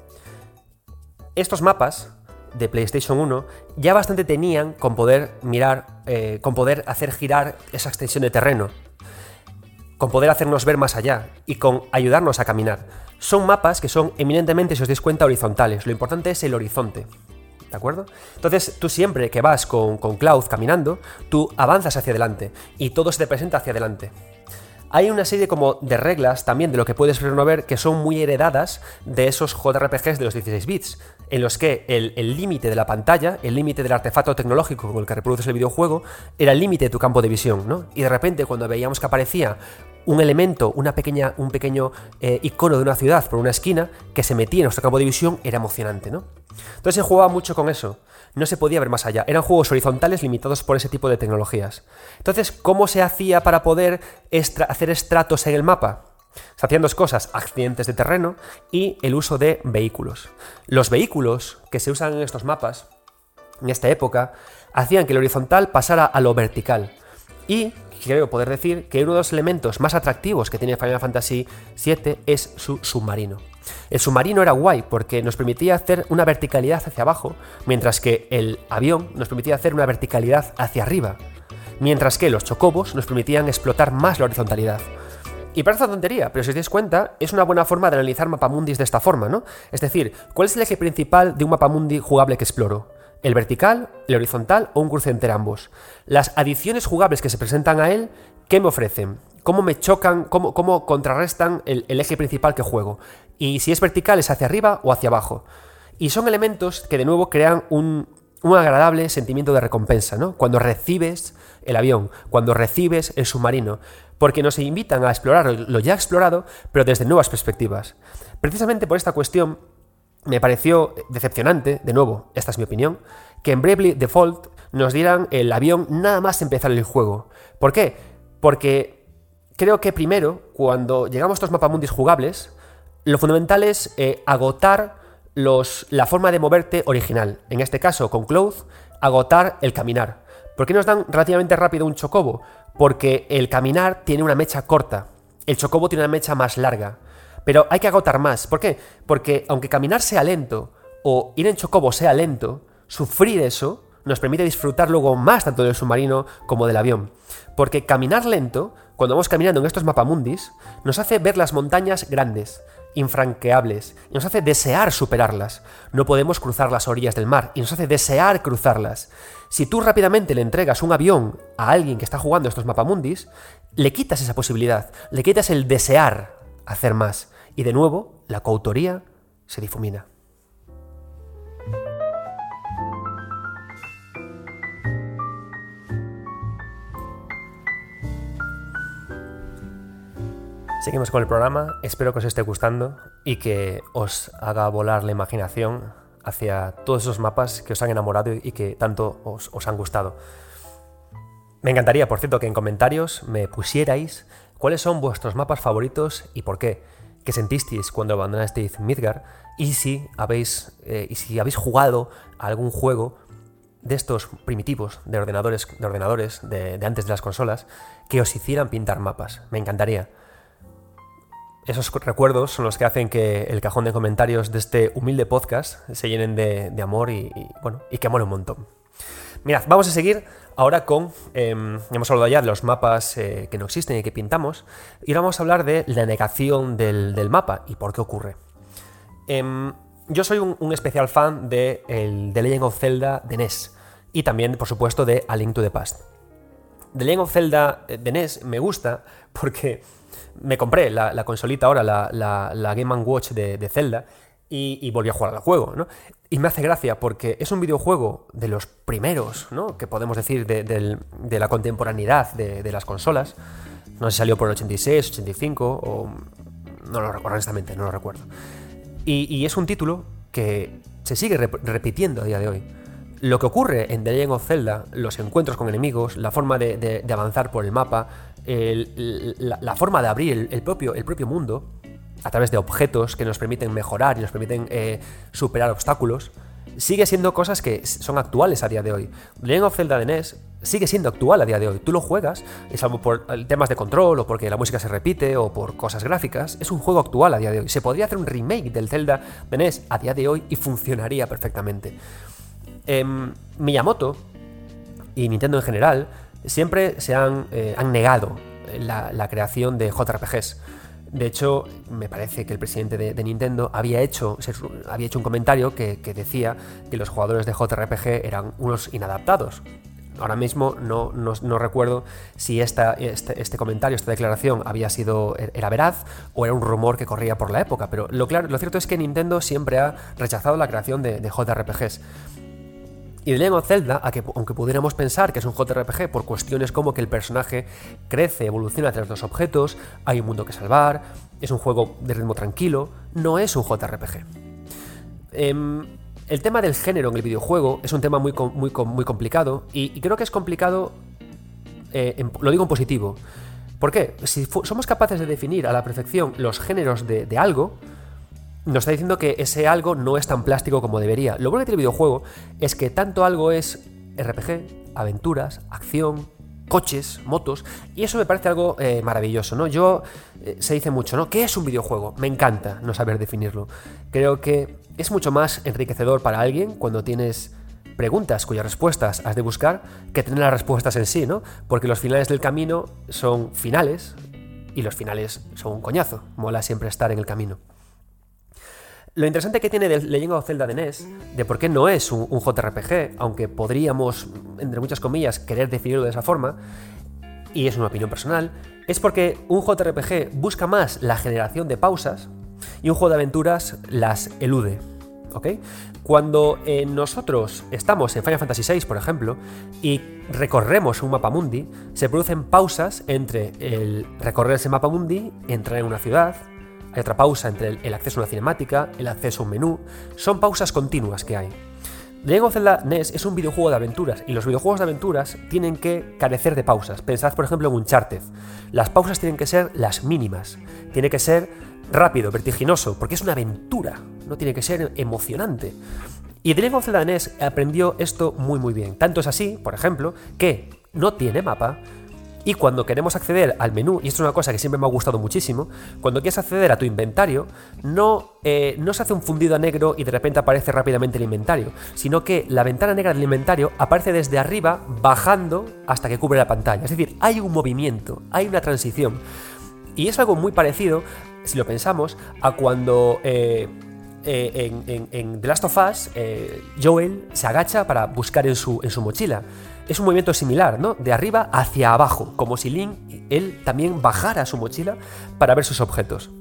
Estos mapas de PlayStation 1 ya bastante tenían con poder con poder hacer girar esa extensión de terreno, con poder hacernos ver más allá y con ayudarnos a caminar. Son mapas que son eminentemente, si os dais cuenta, horizontales. Lo importante es el horizonte, ¿de acuerdo? Entonces, tú siempre que vas con Cloud caminando, tú avanzas hacia adelante y todo se te presenta hacia adelante. Hay una serie como de reglas también de lo que puedes ver que son muy heredadas de esos JRPGs de los 16 bits, en los que el límite de la pantalla, el límite del artefacto tecnológico con el que reproduces el videojuego, era el límite de tu campo de visión, ¿no? Y de repente cuando veíamos que aparecía un elemento, un pequeño icono de una ciudad por una esquina que se metía en nuestro campo de visión, era emocionante, ¿no? Entonces se jugaba mucho con eso. No se podía ver más allá. Eran juegos horizontales limitados por ese tipo de tecnologías. Entonces, ¿cómo se hacía para poder hacer estratos en el mapa? Se hacían dos cosas: accidentes de terreno y el uso de vehículos. Los vehículos que se usan en estos mapas, en esta época, hacían que el horizontal pasara a lo vertical. Y creo poder decir que uno de los elementos más atractivos que tiene Final Fantasy VII es su submarino. El submarino era guay porque nos permitía hacer una verticalidad hacia abajo, mientras que el avión nos permitía hacer una verticalidad hacia arriba, mientras que los chocobos nos permitían explotar más la horizontalidad. Y parece una tontería, pero si os dais cuenta, es una buena forma de analizar mapamundis de esta forma, ¿no? Es decir, ¿cuál es el eje principal de un mapamundi jugable que exploro? ¿El vertical, el horizontal o un cruce entre ambos? Las adiciones jugables que se presentan a él, ¿qué me ofrecen? ¿Cómo me chocan? ¿Cómo contrarrestan el eje principal que juego? Y si es vertical, ¿es hacia arriba o hacia abajo? Y son elementos que de nuevo crean un agradable sentimiento de recompensa, ¿no? Cuando recibes el avión, cuando recibes el submarino, porque nos invitan a explorar lo ya explorado, pero desde nuevas perspectivas. Precisamente por esta cuestión me pareció decepcionante, de nuevo, esta es mi opinión, que en Bravely Default nos dieran el avión nada más empezar el juego. ¿Por qué? Porque creo que primero, cuando llegamos a estos mapamundis jugables, lo fundamental es agotar la forma de moverte original. En este caso, con Cloud, agotar el caminar. ¿Por qué nos dan relativamente rápido un chocobo? Porque el caminar tiene una mecha corta, el chocobo tiene una mecha más larga. Pero hay que agotar más. ¿Por qué? Porque aunque caminar sea lento o ir en chocobo sea lento, sufrir eso nos permite disfrutar luego más tanto del submarino como del avión. Porque caminar lento, cuando vamos caminando en estos mapamundis, nos hace ver las montañas grandes, infranqueables, y nos hace desear superarlas. No podemos cruzar las orillas del mar, y nos hace desear cruzarlas. Si tú rápidamente le entregas un avión a alguien que está jugando estos mapamundis, le quitas esa posibilidad, le quitas el desear hacer más, y de nuevo la coautoría se difumina. Seguimos con el programa, espero que os esté gustando y que os haga volar la imaginación hacia todos esos mapas que os han enamorado y que tanto os han gustado. Me encantaría, por cierto, que en comentarios me pusierais cuáles son vuestros mapas favoritos y por qué. que sentisteis cuando abandonasteis Midgar y si habéis jugado a algún juego de estos primitivos de ordenadores de antes de las consolas que os hicieran pintar mapas. Me encantaría. Esos recuerdos son los que hacen que el cajón de comentarios de este humilde podcast se llenen de amor y que mole un montón. Mirad, vamos a seguir ahora con... hemos hablado ya de los mapas que no existen y que pintamos, y ahora vamos a hablar de la negación del mapa y por qué ocurre. Yo soy un especial fan de The Legend of Zelda de NES y también, por supuesto, de A Link to the Past. The Legend of Zelda de NES me gusta porque me compré la consolita ahora, la Game & Watch de Zelda, y volví a jugar al juego, ¿no? Y me hace gracia porque es un videojuego de los primeros, ¿no?, que podemos decir de la contemporaneidad de las consolas. No sé si salió por el 86, 85 o... no lo recuerdo, honestamente, no lo recuerdo. Y es un título que se sigue repitiendo a día de hoy. Lo que ocurre en The Legend of Zelda, los encuentros con enemigos, la forma de avanzar por el mapa, la forma de abrir el propio mundo a través de objetos que nos permiten mejorar y nos permiten superar obstáculos, sigue siendo cosas que son actuales a día de hoy. The Legend of Zelda de NES sigue siendo actual a día de hoy. Tú lo juegas, y salvo por temas de control o porque la música se repite o por cosas gráficas, es un juego actual a día de hoy. Se podría hacer un remake del Zelda de NES a día de hoy y funcionaría perfectamente. Miyamoto y Nintendo en general siempre se han negado la creación de JRPGs. De hecho, me parece que el presidente de Nintendo había hecho un comentario que decía que los jugadores de JRPG eran unos inadaptados. Ahora mismo no recuerdo si este comentario, esta declaración era veraz o era un rumor que corría por la época, pero lo cierto es que Nintendo siempre ha rechazado la creación de JRPGs. Y The Legend of Zelda, aunque pudiéramos pensar que es un JRPG por cuestiones como que el personaje crece, evoluciona tras los objetos, hay un mundo que salvar, es un juego de ritmo tranquilo, no es un JRPG. El tema del género en el videojuego es un tema muy complicado y creo que es complicado, lo digo en positivo. ¿Por qué? Si somos capaces de definir a la perfección los géneros de algo, nos está diciendo que ese algo no es tan plástico como debería. Lo bueno que tiene el videojuego es que tanto algo es RPG, aventuras, acción, coches, motos, y eso me parece algo maravilloso, ¿no? Se dice mucho, ¿no? ¿Qué es un videojuego? Me encanta no saber definirlo. Creo que es mucho más enriquecedor para alguien cuando tienes preguntas cuyas respuestas has de buscar que tener las respuestas en sí, ¿no? Porque los finales del camino son finales y los finales son un coñazo. Mola siempre estar en el camino. Lo interesante que tiene The Legend of Zelda de NES, de por qué no es un JRPG, aunque podríamos, entre muchas comillas, querer definirlo de esa forma, y es una opinión personal, es porque un JRPG busca más la generación de pausas y un juego de aventuras las elude, ¿ok? Cuando nosotros estamos en Final Fantasy VI, por ejemplo, y recorremos un mapa mundi, se producen pausas entre el recorrer ese mapa mundi, entrar en una ciudad. Hay otra pausa entre el acceso a una cinemática, el acceso a un menú. Son pausas continuas que hay. The Legend of Zelda NES es un videojuego de aventuras y los videojuegos de aventuras tienen que carecer de pausas. Pensad, por ejemplo, en Uncharted. Las pausas tienen que ser las mínimas. Tiene que ser rápido, vertiginoso, porque es una aventura. No tiene que ser emocionante. Y The Legend of Zelda NES aprendió esto muy bien. Tanto es así, por ejemplo, que no tiene mapa. Y cuando queremos acceder al menú, y esto es una cosa que siempre me ha gustado muchísimo, cuando quieres acceder a tu inventario, no se hace un fundido a negro y de repente aparece rápidamente el inventario, sino que la ventana negra del inventario aparece desde arriba, bajando hasta que cubre la pantalla. Es decir, hay un movimiento, hay una transición. Y es algo muy parecido, si lo pensamos, a cuando en The Last of Us, Joel se agacha para buscar en su mochila. Es un movimiento similar, ¿no? De arriba hacia abajo, como si Link, él también bajara su mochila para ver sus objetos.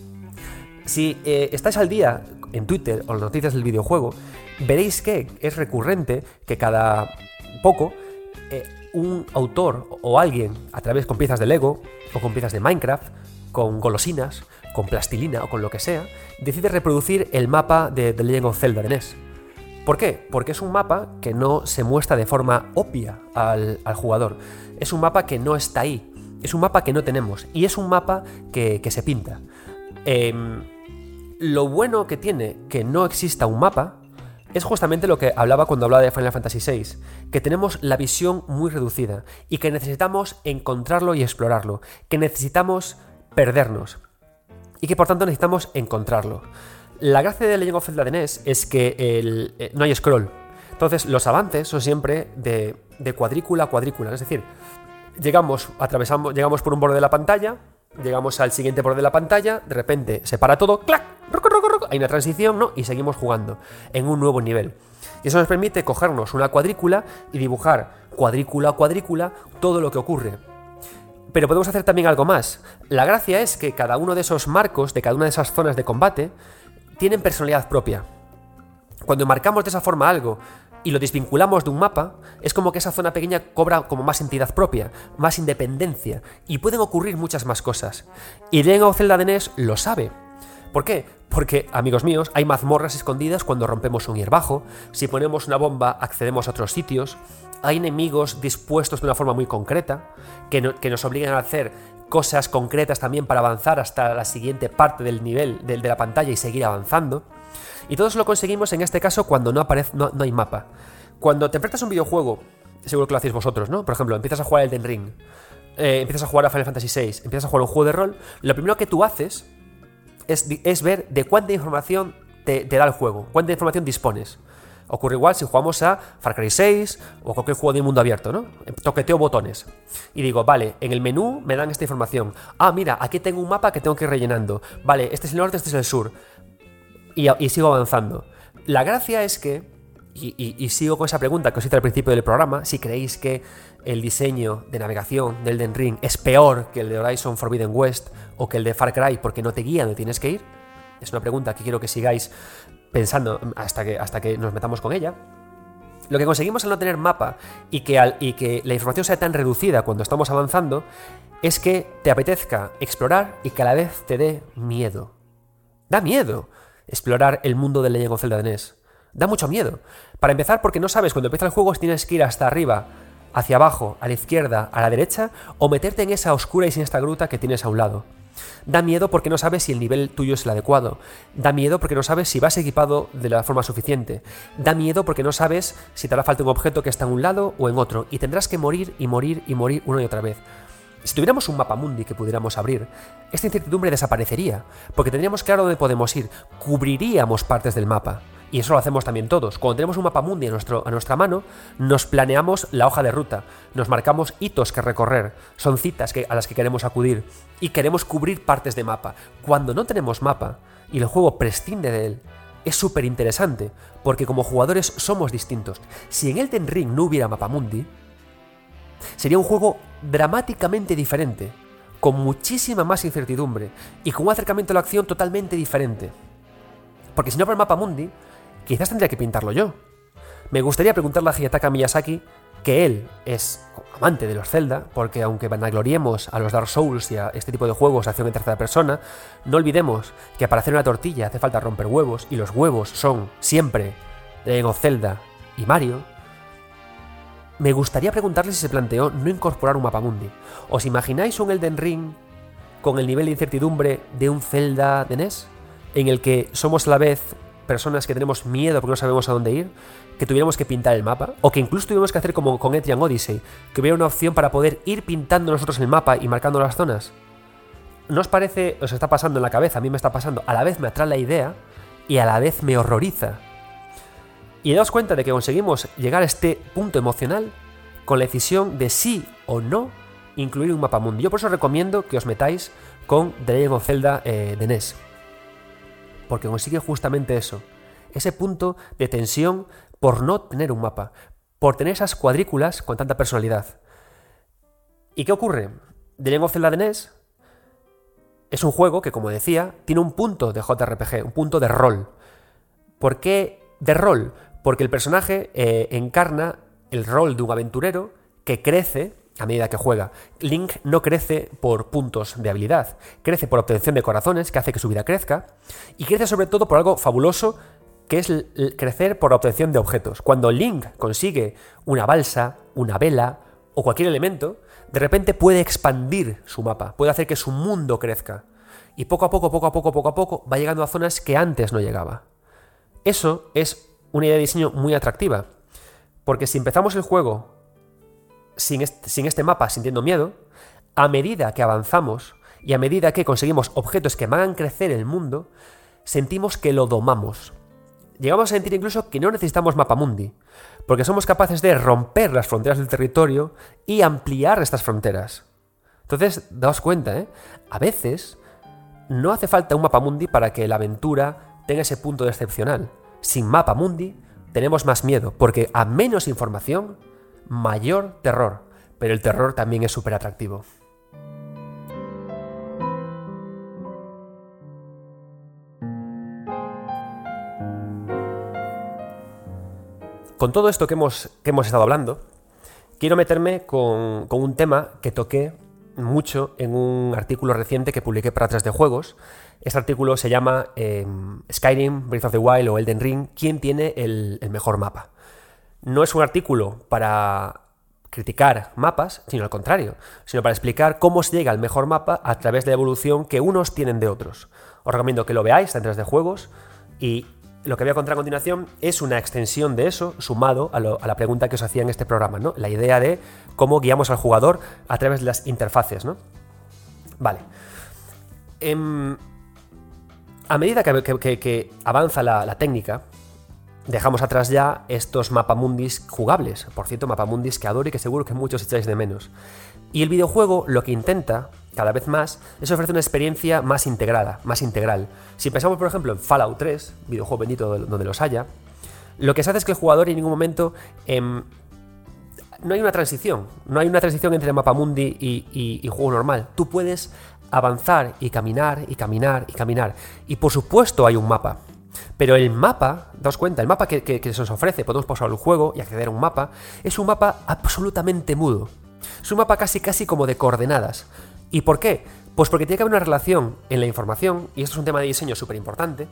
Si estáis al día en Twitter o en las noticias del videojuego, veréis que es recurrente que cada poco un autor o alguien, a través con piezas de Lego o con piezas de Minecraft, con golosinas, con plastilina o con lo que sea, decide reproducir el mapa de The Legend of Zelda de NES. ¿Por qué? Porque es un mapa que no se muestra de forma obvia al jugador. Es un mapa que no está ahí. Es un mapa que no tenemos. Y es un mapa que se pinta. Lo bueno que tiene que no exista un mapa es justamente lo que hablaba cuando hablaba de Final Fantasy VI, que tenemos la visión muy reducida y que necesitamos encontrarlo y explorarlo, que necesitamos perdernos y que por tanto necesitamos encontrarlo. La gracia de Legend of Zelda de NES es que no hay scroll, entonces los avances son siempre de cuadrícula a cuadrícula, es decir, llegamos por un borde de la pantalla, llegamos al siguiente borde de la pantalla, de repente se para todo, ¡clac! Hay una transición, ¿no? Y seguimos jugando en un nuevo nivel. Y eso nos permite cogernos una cuadrícula y dibujar cuadrícula a cuadrícula todo lo que ocurre. Pero podemos hacer también algo más. La gracia es que cada uno de esos marcos, de cada una de esas zonas de combate, tienen personalidad propia. Cuando marcamos de esa forma algo y lo desvinculamos de un mapa, es como que esa zona pequeña cobra como más entidad propia, más independencia, y pueden ocurrir muchas más cosas. Y Legend of Zelda de NES lo sabe. ¿Por qué? Porque, amigos míos, hay mazmorras escondidas cuando rompemos un hierbajo, si ponemos una bomba accedemos a otros sitios, hay enemigos dispuestos de una forma muy concreta, que nos obligan a hacer cosas concretas también para avanzar hasta la siguiente parte del nivel de la pantalla y seguir avanzando. Y todo eso lo conseguimos en este caso cuando no hay mapa. Cuando te enfrentas a un videojuego, seguro que lo hacéis vosotros, ¿no? Por ejemplo, empiezas a jugar Elden Ring, empiezas a jugar a Final Fantasy VI, empiezas a jugar un juego de rol, lo primero que tú haces es ver de cuánta información te da el juego, cuánta información dispones. Ocurre igual si jugamos a Far Cry 6 o cualquier juego de mundo abierto, ¿no? Toqueteo botones y digo, vale, en el menú me dan esta información. Ah, mira, aquí tengo un mapa que tengo que ir rellenando. Vale, este es el norte, este es el sur. Y sigo avanzando. La gracia es que, y sigo con esa pregunta que os hice al principio del programa, si creéis que el diseño de navegación del Elden Ring es peor que el de Horizon Forbidden West o que el de Far Cry porque no te guía donde tienes que ir, es una pregunta que quiero que sigáis pensando hasta que nos metamos con ella. Lo que conseguimos al no tener mapa y que la información sea tan reducida cuando estamos avanzando es que te apetezca explorar y que a la vez te dé miedo. Da miedo explorar el mundo de Legend of Zelda de NES. Da mucho miedo. Para empezar, porque no sabes cuando empieza el juego si tienes que ir hasta arriba, hacia abajo, a la izquierda, a la derecha, o meterte en esa oscura y siniestra gruta que tienes a un lado. Da miedo porque no sabes si el nivel tuyo es el adecuado. Da miedo porque no sabes si vas equipado de la forma suficiente. Da miedo porque no sabes si te hará falta un objeto que está en un lado o en otro, y tendrás que morir y morir y morir una y otra vez. Si tuviéramos un mapa mundi que pudiéramos abrir, esta incertidumbre desaparecería, porque tendríamos claro dónde podemos ir, cubriríamos partes del mapa. Y eso lo hacemos también todos. Cuando tenemos un mapa mundi a nuestra mano, nos planeamos la hoja de ruta, nos marcamos hitos que recorrer, son citas a las que queremos acudir y queremos cubrir partes de mapa. Cuando no tenemos mapa y el juego prescinde de él, es súper interesante, porque como jugadores somos distintos. Si en Elden Ring no hubiera mapa mundi, sería un juego dramáticamente diferente, con muchísima más incertidumbre y con un acercamiento a la acción totalmente diferente. Porque si no fuera el mapa mundi, quizás tendría que pintarlo yo. Me gustaría preguntarle a Hayataka Miyazaki, que él es amante de los Zelda, porque aunque vanagloriemos a los Dark Souls y a este tipo de juegos de acción en tercera persona, no olvidemos que para hacer una tortilla hace falta romper huevos, y los huevos son siempre Legend of Zelda y Mario. Me gustaría preguntarle si se planteó no incorporar un mapa mundi. ¿Os imagináis un Elden Ring con el nivel de incertidumbre de un Zelda de NES? En el que somos a la vez personas que tenemos miedo porque no sabemos a dónde ir, que tuviéramos que pintar el mapa, o que incluso tuviéramos que hacer como con Etrian Odyssey, que hubiera una opción para poder ir pintando nosotros el mapa y marcando las zonas. ¿No os parece, os está pasando en la cabeza? A mí me está pasando. A la vez me atrae la idea y a la vez me horroriza. Y daos cuenta de que conseguimos llegar a este punto emocional con la decisión de sí o no incluir un mapa mundi. Yo por eso recomiendo que os metáis con The Legend of Zelda de NES. Porque consigue justamente eso, ese punto de tensión por no tener un mapa, por tener esas cuadrículas con tanta personalidad. ¿Y qué ocurre? The Legend of Zelda de NES es un juego que, como decía, tiene un punto de JRPG, un punto de rol. ¿Por qué de rol? Porque el personaje encarna el rol de un aventurero que crece a medida que juega. Link no crece por puntos de habilidad, crece por obtención de corazones, que hace que su vida crezca, y crece sobre todo por algo fabuloso, que es crecer por obtención de objetos. Cuando Link consigue una balsa, una vela o cualquier elemento, de repente puede expandir su mapa, puede hacer que su mundo crezca. y poco a poco va llegando a zonas que antes no llegaba. Eso es una idea de diseño muy atractiva, porque si empezamos el juego sin este mapa, sintiendo miedo, a medida que avanzamos y a medida que conseguimos objetos que hagan crecer el mundo, sentimos que lo domamos. Llegamos a sentir incluso que no necesitamos mapamundi, porque somos capaces de romper las fronteras del territorio y ampliar estas fronteras. Entonces, daos cuenta, a veces no hace falta un mapamundi para que la aventura tenga ese punto excepcional. Sin mapamundi tenemos más miedo, porque a menos información, mayor terror. Pero el terror también es súper atractivo. Con todo esto que hemos estado hablando, quiero meterme con un tema que toqué mucho en un artículo reciente que publiqué para 3D Juegos. Este artículo se llama Skyrim, Breath of the Wild o Elden Ring, ¿quién tiene el mejor mapa? No es un artículo para criticar mapas, sino al contrario, sino para explicar cómo se llega al mejor mapa a través de la evolución que unos tienen de otros. Os recomiendo que lo veáis en 3D Juegos, y lo que voy a contar a continuación es una extensión de eso, sumado a la pregunta que os hacía en este programa, ¿no? La idea de cómo guiamos al jugador a través de las interfaces, ¿no? Vale. A medida que avanza la técnica, dejamos atrás ya estos mapamundis jugables. Por cierto, mapamundis que adoro y que seguro que muchos echáis de menos. Y el videojuego lo que intenta, cada vez más, es ofrecer una experiencia más integrada, más integral. Si pensamos, por ejemplo, en Fallout 3, videojuego bendito donde los haya, lo que se hace es que el jugador en ningún momento... no hay una transición. No hay una transición entre mapamundi y juego normal. Tú puedes avanzar y caminar y caminar y caminar. Y por supuesto hay un mapa. Pero el mapa, daos cuenta, el mapa que se nos ofrece, podemos pausar el juego y acceder a un mapa, es un mapa absolutamente mudo. Es un mapa casi como de coordenadas. ¿Y por qué? Pues porque tiene que haber una relación en la información, y esto es un tema de diseño súper importante,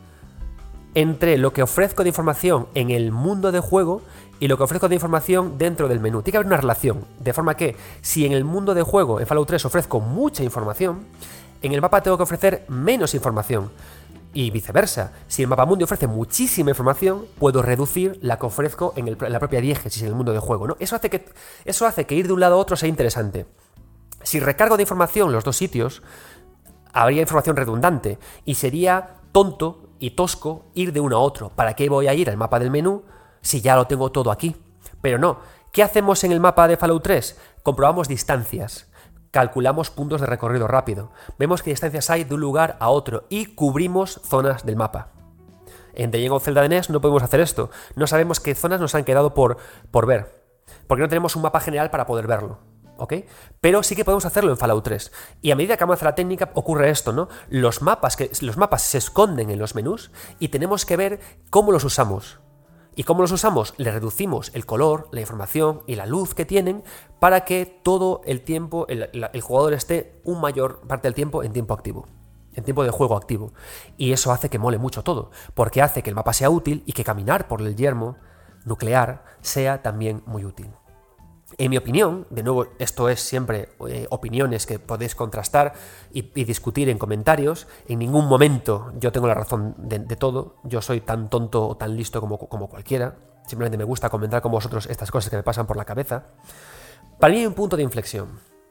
entre lo que ofrezco de información en el mundo de juego y lo que ofrezco de información dentro del menú. Tiene que haber una relación, de forma que si en el mundo de juego, en Fallout 3, ofrezco mucha información, en el mapa tengo que ofrecer menos información. Y viceversa, si el mapamundi ofrece muchísima información, puedo reducir la que ofrezco en la propia diégesis en el mundo de juego, ¿no? Eso hace que ir de un lado a otro sea interesante. Si recargo de información los dos sitios, habría información redundante y sería tonto y tosco ir de uno a otro. ¿Para qué voy a ir al mapa del menú si ya lo tengo todo aquí? Pero no. ¿Qué hacemos en el mapa de Fallout 3? Comprobamos distancias. Calculamos puntos de recorrido rápido, vemos qué distancias hay de un lugar a otro y cubrimos zonas del mapa. En The Legend of Zelda de NES no podemos hacer esto, no sabemos qué zonas nos han quedado por ver, porque no tenemos un mapa general para poder verlo, ¿ok? Pero sí que podemos hacerlo en Fallout 3, y a medida que avanza la técnica ocurre esto, ¿no? Los mapas se esconden en los menús y tenemos que ver cómo los usamos. ¿Y cómo los usamos? Le reducimos el color, la información y la luz que tienen para que todo el tiempo el jugador esté un mayor parte del tiempo en tiempo activo, en tiempo de juego activo. Y eso hace que mole mucho todo, porque hace que el mapa sea útil y que caminar por el yermo nuclear sea también muy útil. En mi opinión, de nuevo, esto es siempre opiniones que podéis contrastar y discutir en comentarios. En ningún momento yo tengo la razón de todo. Yo soy tan tonto o tan listo como cualquiera. Simplemente me gusta comentar con vosotros estas cosas que me pasan por la cabeza. Para mí hay un punto de inflexión,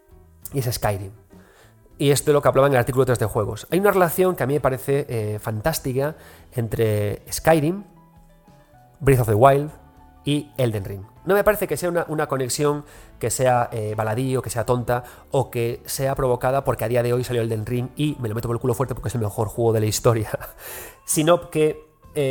y es Skyrim. Y esto es lo que hablaba en el artículo 3 de juegos. Hay una relación que a mí me parece fantástica entre Skyrim, Breath of the Wild y Elden Ring. No me parece que sea una conexión que sea baladí o que sea tonta o que sea provocada porque a día de hoy salió Elden Ring y me lo meto por el culo fuerte porque es el mejor juego de la historia, sino que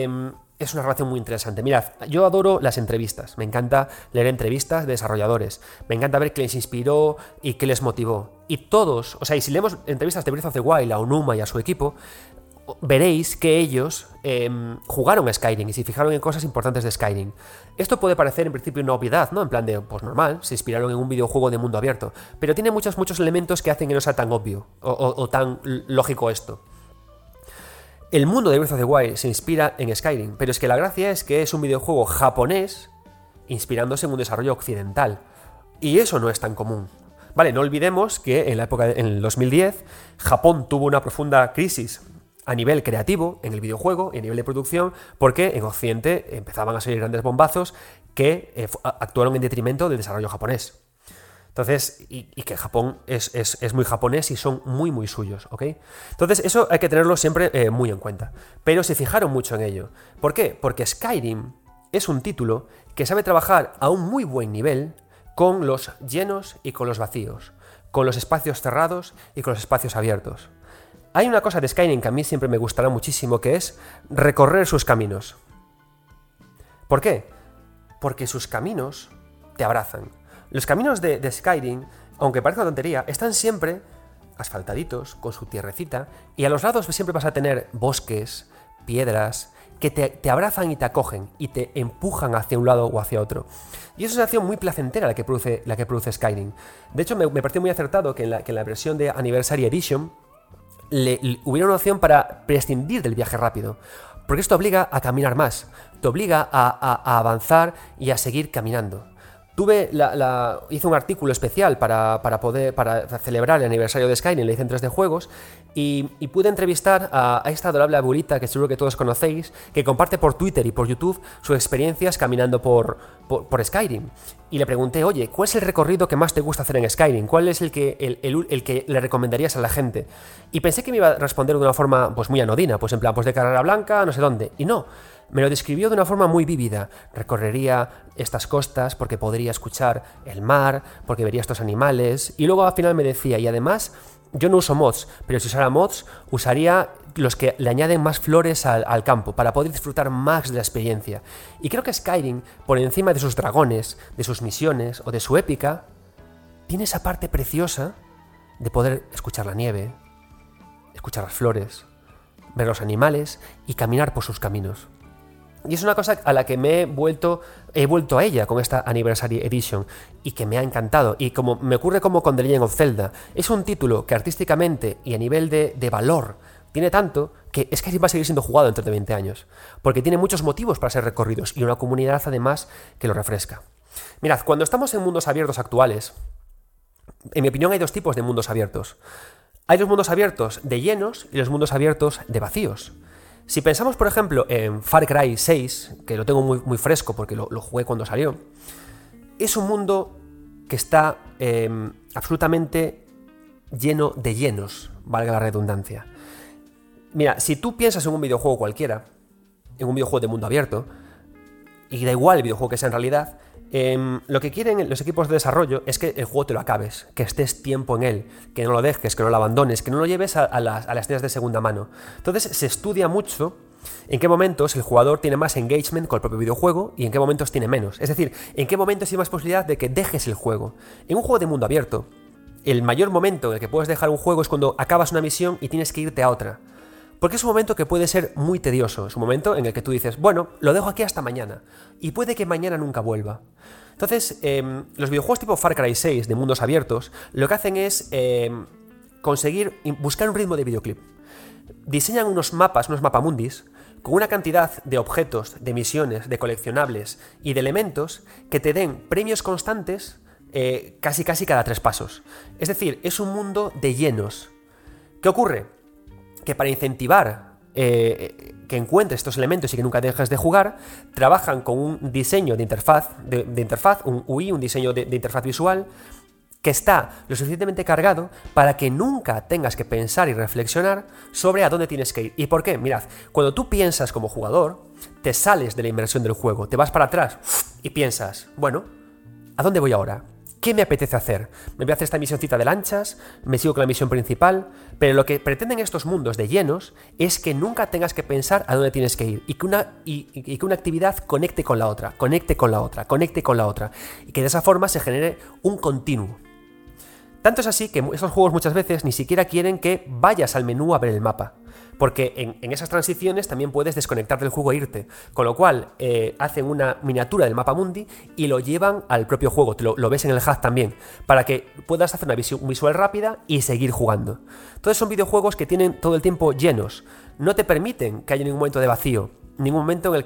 es una relación muy interesante. Mirad, yo adoro las entrevistas, me encanta leer entrevistas de desarrolladores, me encanta ver qué les inspiró y qué les motivó. Y todos, o sea, y si leemos entrevistas de Breath of the Wild a Onuma y a su equipo, veréis que ellos jugaron a Skyrim y se fijaron en cosas importantes de Skyrim. Esto puede parecer en principio una obviedad, ¿no? En plan de, pues normal, se inspiraron en un videojuego de mundo abierto, pero tiene muchos elementos que hacen que no sea tan obvio o tan lógico esto. El mundo de Breath of the Wild se inspira en Skyrim, pero es que la gracia es que es un videojuego japonés inspirándose en un desarrollo occidental, y eso no es tan común. Vale, no olvidemos que en el 2010, Japón tuvo una profunda crisis a nivel creativo, en el videojuego y a nivel de producción, porque en Occidente empezaban a salir grandes bombazos que actuaron en detrimento del desarrollo japonés. Entonces, y que Japón es muy japonés y son muy, muy suyos, ¿ok? Entonces, eso hay que tenerlo siempre muy en cuenta. Pero se fijaron mucho en ello. ¿Por qué? Porque Skyrim es un título que sabe trabajar a un muy buen nivel con los llenos y con los vacíos, con los espacios cerrados y con los espacios abiertos. Hay una cosa de Skyrim que a mí siempre me gustará muchísimo, que es recorrer sus caminos. ¿Por qué? Porque sus caminos te abrazan. Los caminos de Skyrim, aunque parezca una tontería, están siempre asfaltaditos, con su tierrecita, y a los lados siempre vas a tener bosques, piedras, que te abrazan y te acogen, y te empujan hacia un lado o hacia otro. Y es una sensación muy placentera la que produce Skyrim. De hecho, me pareció muy acertado que en la versión de Anniversary Edition hubiera una opción para prescindir del viaje rápido. Porque esto obliga a caminar más, te obliga a avanzar y a seguir caminando. Hice un artículo especial para celebrar el aniversario de Skyrim, le hice en 3D Juegos, y pude entrevistar a esta adorable abuelita que seguro que todos conocéis, que comparte por Twitter y por YouTube sus experiencias caminando por Skyrim. Y le pregunté, oye, ¿cuál es el recorrido que más te gusta hacer en Skyrim? ¿Cuál es el que le recomendarías a la gente? Y pensé que me iba a responder de una forma pues muy anodina, pues en plan, pues de Carrera Blanca, no sé dónde. Y no, me lo describió de una forma muy vívida. Recorrería estas costas porque podría escuchar el mar, porque vería estos animales. Y luego al final me decía, y además, yo no uso mods, pero si usara mods, usaría los que le añaden más flores al campo, para poder disfrutar más de la experiencia. Y creo que Skyrim, por encima de sus dragones, de sus misiones o de su épica, tiene esa parte preciosa de poder escuchar la nieve, escuchar las flores, ver los animales y caminar por sus caminos. Y es una cosa a la que he vuelto a ella con esta Anniversary Edition y que me ha encantado. Y como me ocurre como con The Legend of Zelda, es un título que artísticamente y a nivel de valor tiene tanto que es que va a seguir siendo jugado dentro de 20 años. Porque tiene muchos motivos para ser recorridos y una comunidad además que lo refresca. Mirad, cuando estamos en mundos abiertos actuales, en mi opinión hay dos tipos de mundos abiertos. Hay los mundos abiertos de llenos y los mundos abiertos de vacíos. Si pensamos, por ejemplo, en Far Cry 6, que lo tengo muy, muy fresco porque lo jugué cuando salió, es un mundo que está absolutamente lleno de llenos, valga la redundancia. Mira, si tú piensas en un videojuego cualquiera, en un videojuego de mundo abierto, y da igual el videojuego que sea en realidad, lo que quieren los equipos de desarrollo es que el juego te lo acabes, que estés tiempo en él, que no lo dejes, que no lo abandones, que no lo lleves a las tiendas de segunda mano. Entonces se estudia mucho en qué momentos el jugador tiene más engagement con el propio videojuego y en qué momentos tiene menos. Es decir, en qué momentos hay más posibilidad de que dejes el juego. En un juego de mundo abierto, el mayor momento en el que puedes dejar un juego es cuando acabas una misión y tienes que irte a otra. Porque es un momento que puede ser muy tedioso, es un momento en el que tú dices, bueno, lo dejo aquí hasta mañana, y puede que mañana nunca vuelva. Entonces, los videojuegos tipo Far Cry 6 de mundos abiertos, lo que hacen es buscar un ritmo de videoclip. Diseñan unos mapamundis, con una cantidad de objetos, de misiones, de coleccionables y de elementos que te den premios constantes casi cada 3 pasos. Es decir, es un mundo de llenos. ¿Qué ocurre? Que para incentivar que encuentres estos elementos y que nunca dejes de jugar, trabajan con un diseño de interfaz, un UI, un diseño de interfaz visual, que está lo suficientemente cargado para que nunca tengas que pensar y reflexionar sobre a dónde tienes que ir. ¿Y por qué? Mirad, cuando tú piensas como jugador, te sales de la inmersión del juego, te vas para atrás y piensas, bueno, ¿a dónde voy ahora? ¿Qué me apetece hacer? ¿Me voy a hacer esta misioncita de lanchas? ¿Me sigo con la misión principal? Pero lo que pretenden estos mundos de llenos es que nunca tengas que pensar a dónde tienes que ir y que una actividad conecte con la otra, conecte con la otra, conecte con la otra y que de esa forma se genere un continuo. Tanto es así que estos juegos muchas veces ni siquiera quieren que vayas al menú a ver el mapa, porque en esas transiciones también puedes desconectar del juego e irte, con lo cual hacen una miniatura del mapa mundi y lo llevan al propio juego, lo ves en el HUD también, para que puedas hacer una visual rápida y seguir jugando. Entonces son videojuegos que tienen todo el tiempo llenos, no te permiten que haya ningún momento de vacío, ningún momento en el que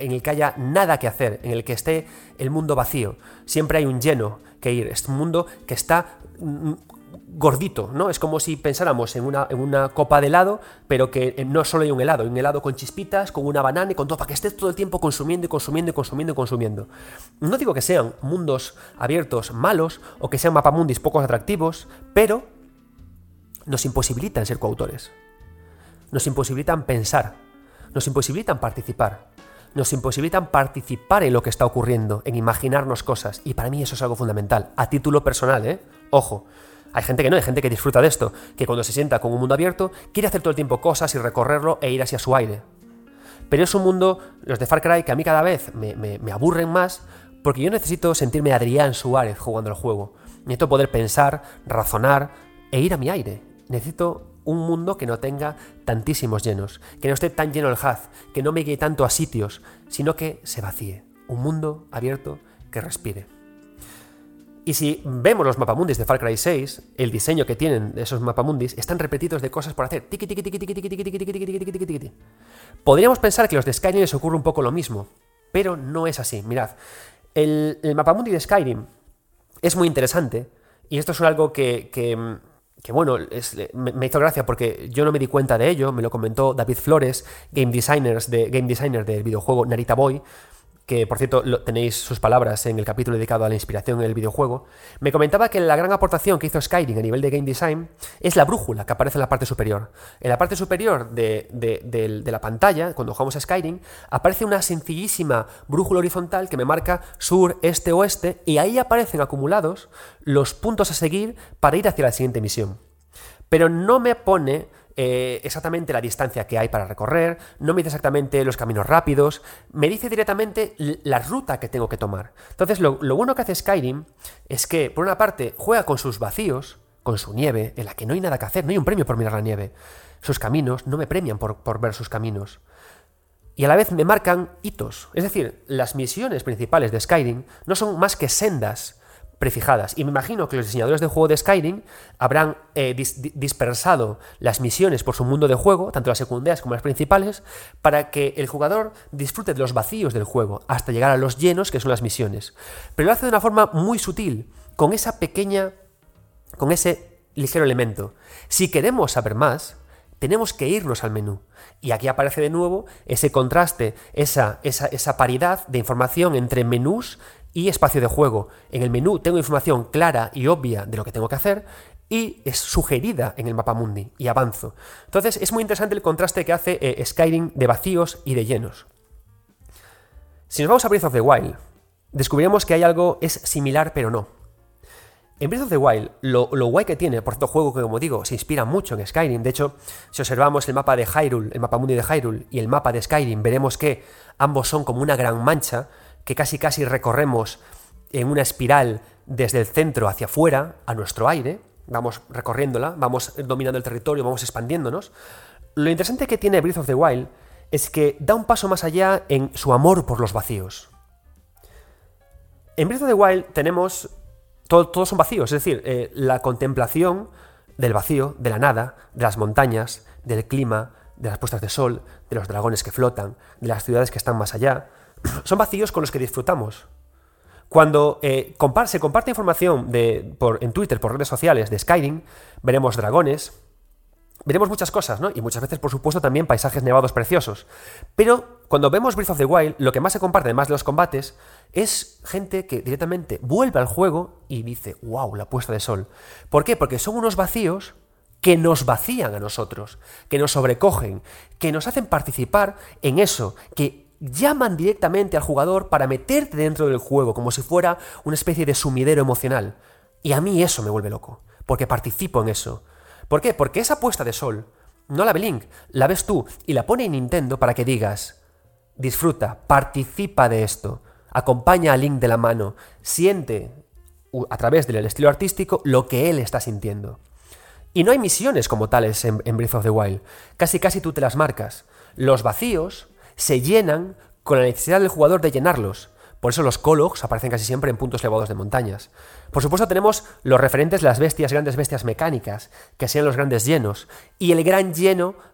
en el que haya nada que hacer, en el que esté el mundo vacío. Siempre hay un lleno que ir. Es un mundo que está gordito, ¿no? Es como si pensáramos en una copa de helado, pero que no solo hay un helado con chispitas, con una banana y con todo, para que estés todo el tiempo consumiendo y consumiendo y consumiendo y consumiendo. No digo que sean mundos abiertos malos o que sean mapamundis poco atractivos, pero nos imposibilitan ser coautores. Nos imposibilitan pensar, nos imposibilitan participar, nos imposibilitan participar en lo que está ocurriendo, en imaginarnos cosas, y para mí eso es algo fundamental, a título personal, Ojo, hay gente que no, hay gente que disfruta de esto, que cuando se sienta con un mundo abierto, quiere hacer todo el tiempo cosas y recorrerlo e ir hacia su aire. Pero es un mundo, los de Far Cry, que a mí cada vez me aburren más, porque yo necesito sentirme Adrián Suárez jugando el juego. Necesito poder pensar, razonar e ir a mi aire. Necesito un mundo que no tenga tantísimos llenos, que no esté tan lleno el HUD, que no me guíe tanto a sitios, sino que se vacíe. Un mundo abierto que respire. Y si vemos los mapamundis de Far Cry 6, el diseño que tienen de esos mapamundis están repetidos de cosas por hacer. Tiki, tiki, tiki, tiki, tiki, tiki, tiki, tiki, tiki, tiki, tiki. Podríamos pensar que los de Skyrim les ocurre un poco lo mismo, pero no es así. Mirad, el mapamundi de Skyrim es muy interesante, y esto es algo que bueno, me hizo gracia porque yo no me di cuenta de ello, me lo comentó David Flores, game designer del videojuego Narita Boy, que por cierto tenéis sus palabras en el capítulo dedicado a la inspiración en el videojuego. Me comentaba que la gran aportación que hizo Skyrim a nivel de game design es la brújula que aparece en la parte superior. En la parte superior de la pantalla, cuando jugamos a Skyrim, aparece una sencillísima brújula horizontal que me marca sur, este, oeste, y ahí aparecen acumulados los puntos a seguir para ir hacia la siguiente misión. Pero no me pone exactamente la distancia que hay para recorrer, no me dice exactamente los caminos rápidos, me dice directamente la ruta que tengo que tomar. Entonces lo bueno que hace Skyrim es que, por una parte, juega con sus vacíos, con su nieve, en la que no hay nada que hacer, no hay un premio por mirar la nieve. Sus caminos no me premian por ver sus caminos. Y a la vez me marcan hitos. Es decir, las misiones principales de Skyrim no son más que sendas prefijadas. Y me imagino que los diseñadores de juego de Skyrim habrán dispersado las misiones por su mundo de juego, tanto las secundarias como las principales, para que el jugador disfrute de los vacíos del juego, hasta llegar a los llenos, que son las misiones. Pero lo hace de una forma muy sutil, con ese ligero elemento. Si queremos saber más, tenemos que irnos al menú. Y aquí aparece de nuevo ese contraste, esa paridad de información entre menús y espacio de juego. En el menú tengo información clara y obvia de lo que tengo que hacer y es sugerida en el mapamundi y avanzo. Entonces es muy interesante el contraste que hace Skyrim de vacíos y de llenos. Si nos vamos a Breath of the Wild, descubriremos que hay algo es similar pero no. En Breath of the Wild, lo guay que tiene, por cierto, juego que, como digo, se inspira mucho en Skyrim. De hecho, si observamos el mapa de Hyrule, el mapamundi de Hyrule y el mapa de Skyrim, veremos que ambos son como una gran mancha que casi recorremos en una espiral desde el centro hacia afuera, a nuestro aire. Vamos recorriéndola, vamos dominando el territorio, vamos expandiéndonos. Lo interesante que tiene Breath of the Wild es que da un paso más allá en su amor por los vacíos. En Breath of the Wild tenemos... Todos son vacíos, es decir, la contemplación del vacío, de la nada, de las montañas, del clima, de las puestas de sol, de los dragones que flotan, de las ciudades que están más allá. Son vacíos con los que disfrutamos. Cuando se comparte información en Twitter, por redes sociales de Skyrim, veremos dragones, veremos muchas cosas, ¿no? Y muchas veces, por supuesto, también paisajes nevados preciosos. Pero cuando vemos Breath of the Wild, lo que más se comparte, además de los combates, es gente que directamente vuelve al juego y dice, wow, la puesta de sol. ¿Por qué? Porque son unos vacíos que nos vacían a nosotros, que nos sobrecogen, que nos hacen participar en eso, que llaman directamente al jugador para meterte dentro del juego, como si fuera una especie de sumidero emocional. Y a mí eso me vuelve loco, porque participo en eso. ¿Por qué? Porque esa puesta de sol no la ve Link, la ves tú y la pone Nintendo para que digas, disfruta, participa de esto, acompaña a Link de la mano, siente a través del estilo artístico lo que él está sintiendo. Y no hay misiones como tales en Breath of the Wild, casi tú te las marcas. Los vacíos se llenan con la necesidad del jugador de llenarlos. Por eso los Kologs aparecen casi siempre en puntos elevados de montañas. Por supuesto tenemos los referentes, las bestias, grandes bestias mecánicas, que sean los grandes llenos. Y el gran lleno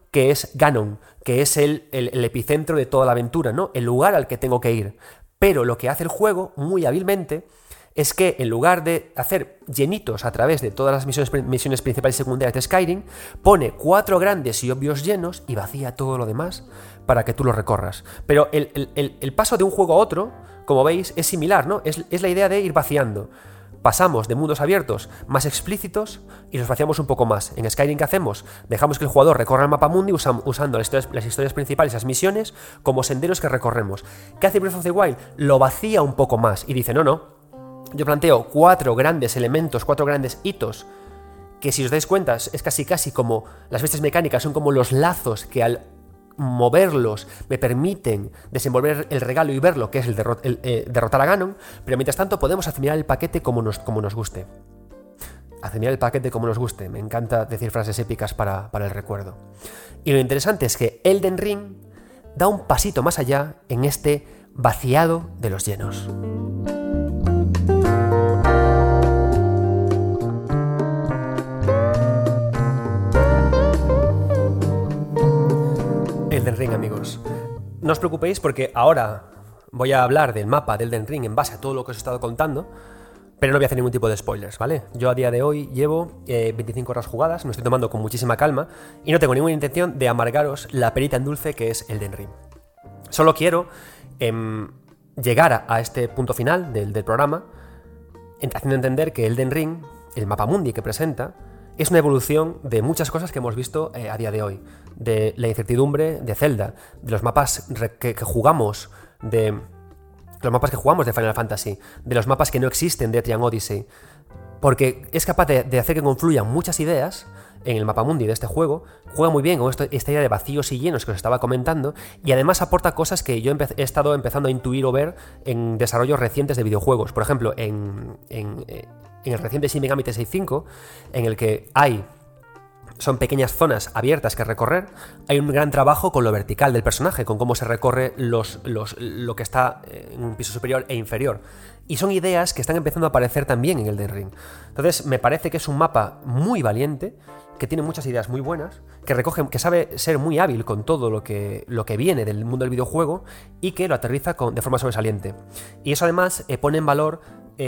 que es Ganon, que es el epicentro de toda la aventura, ¿no? El lugar al que tengo que ir. Pero lo que hace el juego, muy hábilmente, es que en lugar de hacer llenitos a través de todas las misiones principales y secundarias de Skyrim, pone 4 grandes y obvios llenos y vacía todo lo demás para que tú lo recorras. Pero el paso de un juego a otro, como veis, es similar, ¿no? Es la idea de ir vaciando. Pasamos de mundos abiertos más explícitos y los vaciamos un poco más. En Skyrim, ¿qué hacemos? Dejamos que el jugador recorra el mapa mundi usando las historias principales, las misiones, como senderos que recorremos. ¿Qué hace Breath of the Wild? Lo vacía un poco más y dice, no, yo planteo 4 grandes elementos, 4 grandes hitos, que si os dais cuenta es casi como las bestias mecánicas, son como los lazos que al moverlos me permiten desenvolver el regalo y verlo, que es derrotar a Ganon, pero mientras tanto podemos asimilar el paquete como nos guste. Asimilar el paquete como nos guste, me encanta decir frases épicas para el recuerdo. Y lo interesante es que Elden Ring da un pasito más allá en este vaciado de los llenos. Elden Ring, amigos. No os preocupéis porque ahora voy a hablar del mapa de Elden Ring en base a todo lo que os he estado contando, pero no voy a hacer ningún tipo de spoilers, ¿vale? Yo a día de hoy llevo 25 horas jugadas, me estoy tomando con muchísima calma y no tengo ninguna intención de amargaros la perita en dulce que es Elden Ring. Solo quiero llegar a este punto final del programa haciendo entender que Elden Ring, el mapa mundi que presenta, es una evolución de muchas cosas que hemos visto a día de hoy. De la incertidumbre de Zelda, de los mapas que jugamos de Final Fantasy, de los mapas que no existen de Etrian Odyssey, porque es capaz de hacer que confluyan muchas ideas en el mapa mundi de este juego, juega muy bien con esta idea de vacíos y llenos que os estaba comentando, y además aporta cosas que yo he estado empezando a intuir o ver en desarrollos recientes de videojuegos. Por ejemplo, en el reciente Shin Megami Tensei 5, en el que son pequeñas zonas abiertas que recorrer, hay un gran trabajo con lo vertical del personaje, con cómo se recorre lo que está en un piso superior e inferior. Y son ideas que están empezando a aparecer también en Elden Ring. Entonces, me parece que es un mapa muy valiente, que tiene muchas ideas muy buenas, que sabe ser muy hábil con todo lo que viene del mundo del videojuego y que lo aterriza de forma sobresaliente. Y eso además pone en valor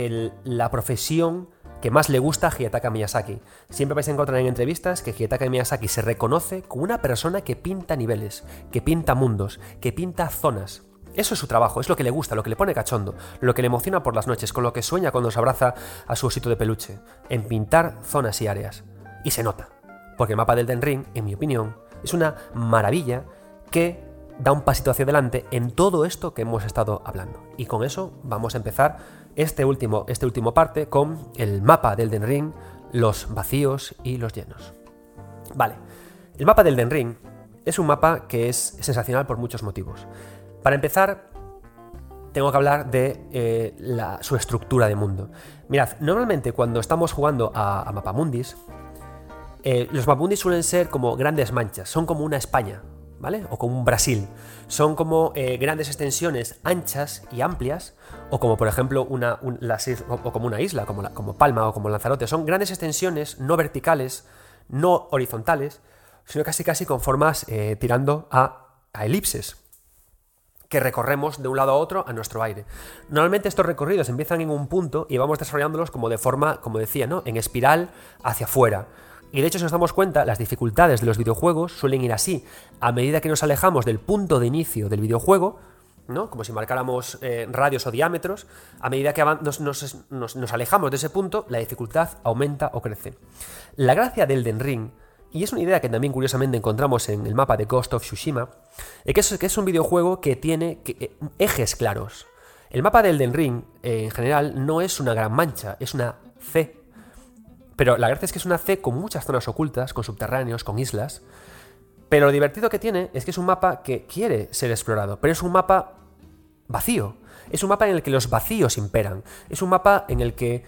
la profesión que más le gusta a Hidetaka Miyazaki. Siempre vais a encontrar en entrevistas que Hidetaka Miyazaki se reconoce como una persona que pinta niveles, que pinta mundos, que pinta zonas. Eso es su trabajo, es lo que le gusta, lo que le pone cachondo, lo que le emociona por las noches, con lo que sueña cuando se abraza a su osito de peluche, en pintar zonas y áreas. Y se nota, porque el mapa del Elden Ring, en mi opinión, es una maravilla que da un pasito hacia adelante en todo esto que hemos estado hablando. Y con eso vamos a empezar este último parte con el mapa del Elden Ring, los vacíos y los llenos. Vale, el mapa del Elden Ring es un mapa que es sensacional por muchos motivos. Para empezar, tengo que hablar de su estructura de mundo. Mirad, normalmente cuando estamos jugando a mapamundis, los mapamundis suelen ser como grandes manchas, son como una España, ¿vale? O como un Brasil. Son como grandes extensiones anchas y amplias, o como por ejemplo como una isla, como Palma o como Lanzarote. Son grandes extensiones no verticales, no horizontales, sino casi con formas tirando a elipses, que recorremos de un lado a otro a nuestro aire. Normalmente estos recorridos empiezan en un punto y vamos desarrollándolos como de forma, como decía, ¿no?, en espiral hacia afuera. Y de hecho, si nos damos cuenta, las dificultades de los videojuegos suelen ir así. A medida que nos alejamos del punto de inicio del videojuego, ¿no?, como si marcáramos radios o diámetros, a medida que nos alejamos de ese punto, la dificultad aumenta o crece. La gracia del Elden Ring, y es una idea que también curiosamente encontramos en el mapa de Ghost of Tsushima, que es un videojuego que tiene ejes claros. El mapa del Elden Ring, en general, no es una gran mancha, es una C. Pero la gracia es que es una C con muchas zonas ocultas, con subterráneos, con islas. Pero lo divertido que tiene es que es un mapa que quiere ser explorado, pero es un mapa vacío. Es un mapa en el que los vacíos imperan. Es un mapa en el que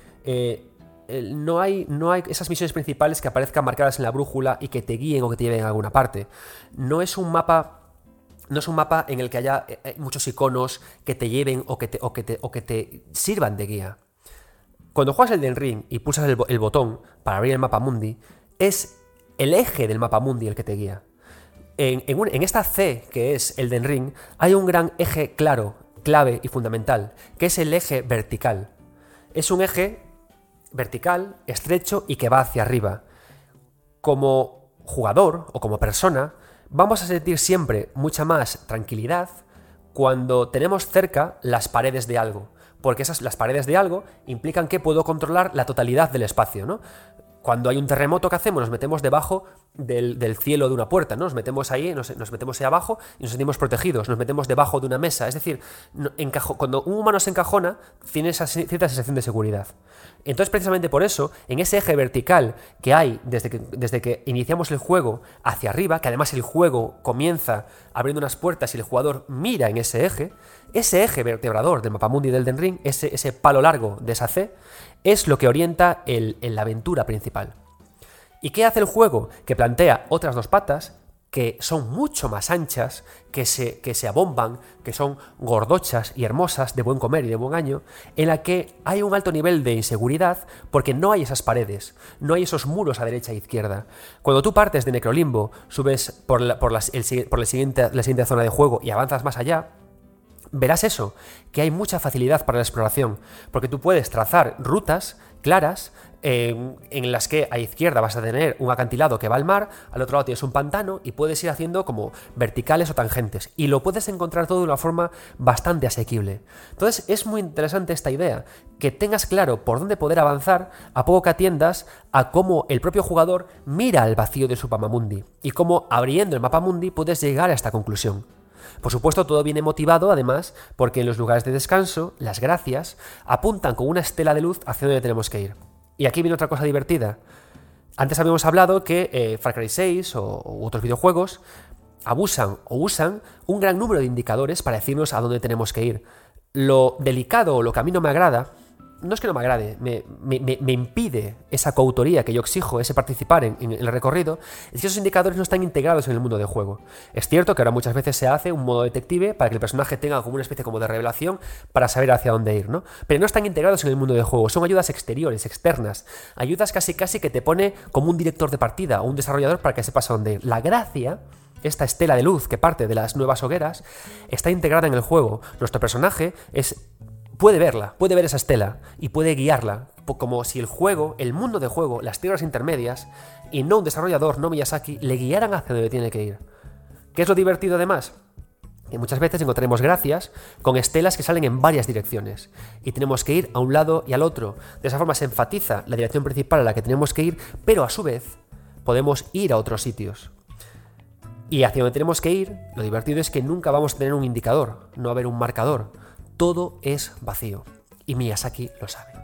no hay esas misiones principales que aparezcan marcadas en la brújula y que te guíen o que te lleven a alguna parte. No es un mapa en el que haya muchos iconos que te lleven o que te sirvan de guía. Cuando juegas el Elden Ring y pulsas el botón para abrir el mapa mundi, es el eje del mapa mundi el que te guía. En esta C, que es Elden Ring, hay un gran eje clave y fundamental, que es el eje vertical. Es un eje vertical, estrecho y que va hacia arriba. Como jugador o como persona, vamos a sentir siempre mucha más tranquilidad cuando tenemos cerca las paredes de algo, porque las paredes de algo implican que puedo controlar la totalidad del espacio, ¿no? Cuando hay un terremoto, ¿qué hacemos? Nos metemos debajo del cielo de una puerta, ¿no? Nos metemos ahí, nos metemos ahí abajo y nos sentimos protegidos, nos metemos debajo de una mesa. Es decir, cuando un humano se encajona, tiene esa cierta sensación de seguridad. Entonces, precisamente por eso, en ese eje vertical que hay desde que iniciamos el juego hacia arriba, que además el juego comienza abriendo unas puertas y el jugador mira en ese eje vertebrador del mapamundi del Elden Ring, ese palo largo de esa C, es lo que orienta la aventura principal. ¿Y qué hace el juego? Que plantea otras dos patas que son mucho más anchas, que se abomban, que son gordochas y hermosas, de buen comer y de buen año, en la que hay un alto nivel de inseguridad porque no hay esas paredes, no hay esos muros a derecha e izquierda. Cuando tú partes de Necrolimbo, subes por la siguiente zona de juego y avanzas más allá, verás eso, que hay mucha facilidad para la exploración, porque tú puedes trazar rutas claras en las que a izquierda vas a tener un acantilado que va al mar, al otro lado tienes un pantano y puedes ir haciendo como verticales o tangentes, y lo puedes encontrar todo de una forma bastante asequible. Entonces es muy interesante esta idea, que tengas claro por dónde poder avanzar a poco que atiendas a cómo el propio jugador mira al vacío de su mapamundi y cómo abriendo el mapamundi puedes llegar a esta conclusión. Por supuesto, todo viene motivado, además, porque en los lugares de descanso, las gracias apuntan con una estela de luz hacia donde tenemos que ir. Y aquí viene otra cosa divertida. Antes habíamos hablado que Far Cry 6 u otros videojuegos abusan o usan un gran número de indicadores para decirnos a dónde tenemos que ir. Lo delicado o lo que a mí no me agrada, no es que no me agrade, me impide esa coautoría que yo exijo, ese participar en el recorrido, es que esos indicadores no están integrados en el mundo de juego. Es cierto que ahora muchas veces se hace un modo detective para que el personaje tenga como una especie como de revelación para saber hacia dónde ir, ¿no? Pero no están integrados en el mundo de juego, son ayudas exteriores, externas, ayudas casi que te pone como un director de partida o un desarrollador para que sepas a dónde ir. La gracia, esta estela de luz que parte de las nuevas hogueras, está integrada en el juego. Nuestro personaje puede verla, puede ver esa estela y puede guiarla, como si el juego, el mundo de juego, las tierras intermedias, y no un desarrollador, no Miyazaki, le guiaran hacia donde tiene que ir. ¿Qué es lo divertido además? Que muchas veces encontraremos gracias con estelas que salen en varias direcciones y tenemos que ir a un lado y al otro. De esa forma se enfatiza la dirección principal a la que tenemos que ir, pero a su vez podemos ir a otros sitios. Y hacia donde tenemos que ir, lo divertido es que nunca vamos a tener un indicador, no va a haber un marcador. Todo es vacío, y Miyazaki lo sabe.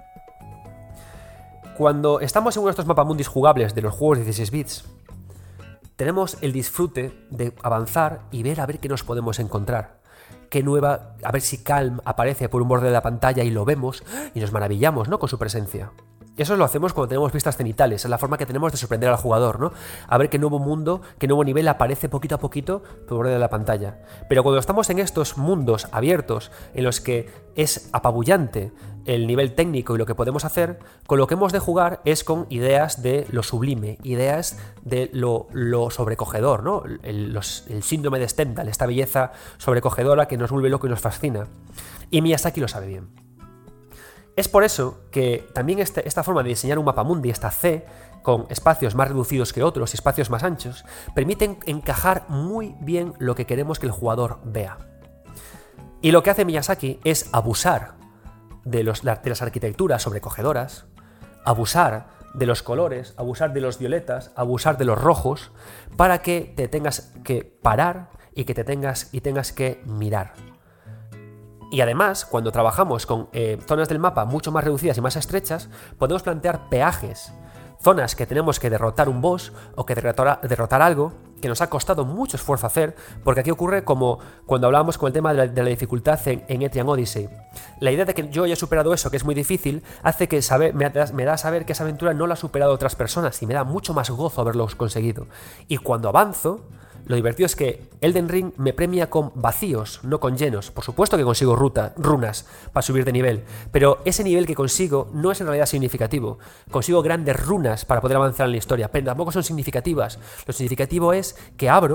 Cuando estamos en uno de estos mapamundis jugables de los juegos de 16 bits, tenemos el disfrute de avanzar y ver a ver qué nos podemos encontrar. A ver si Calm aparece por un borde de la pantalla y lo vemos y nos maravillamos, ¿no?, con su presencia. Eso lo hacemos cuando tenemos vistas cenitales, es la forma que tenemos de sorprender al jugador, ¿no? A ver qué nuevo mundo, qué nuevo nivel aparece poquito a poquito por borde de la pantalla. Pero cuando estamos en estos mundos abiertos, en los que es apabullante el nivel técnico y lo que podemos hacer, con lo que hemos de jugar es con ideas de lo sublime, ideas de lo sobrecogedor, ¿no? El síndrome de Stendhal, esta belleza sobrecogedora que nos vuelve loco y nos fascina. Y Miyazaki lo sabe bien. Es por eso que también esta forma de diseñar un mapamundi, esta C, con espacios más reducidos que otros y espacios más anchos, permiten encajar muy bien lo que queremos que el jugador vea. Y lo que hace Miyazaki es abusar de las arquitecturas sobrecogedoras, abusar de los colores, abusar de los violetas, abusar de los rojos, para que te tengas que parar y que tengas que mirar. Y además, cuando trabajamos con zonas del mapa mucho más reducidas y más estrechas, podemos plantear peajes, zonas que tenemos que derrotar un boss o que derrotar algo que nos ha costado mucho esfuerzo hacer, porque aquí ocurre como cuando hablábamos con el tema de la dificultad en Etrian Odyssey. La idea de que yo haya superado eso, que es muy difícil, hace que me da a saber que esa aventura no la han superado otras personas y me da mucho más gozo haberlo conseguido. Y cuando avanzo, lo divertido es que Elden Ring me premia con vacíos, no con llenos. Por supuesto que consigo runas para subir de nivel, pero ese nivel que consigo no es en realidad significativo. Consigo grandes runas para poder avanzar en la historia, pero tampoco son significativas. Lo significativo es que abro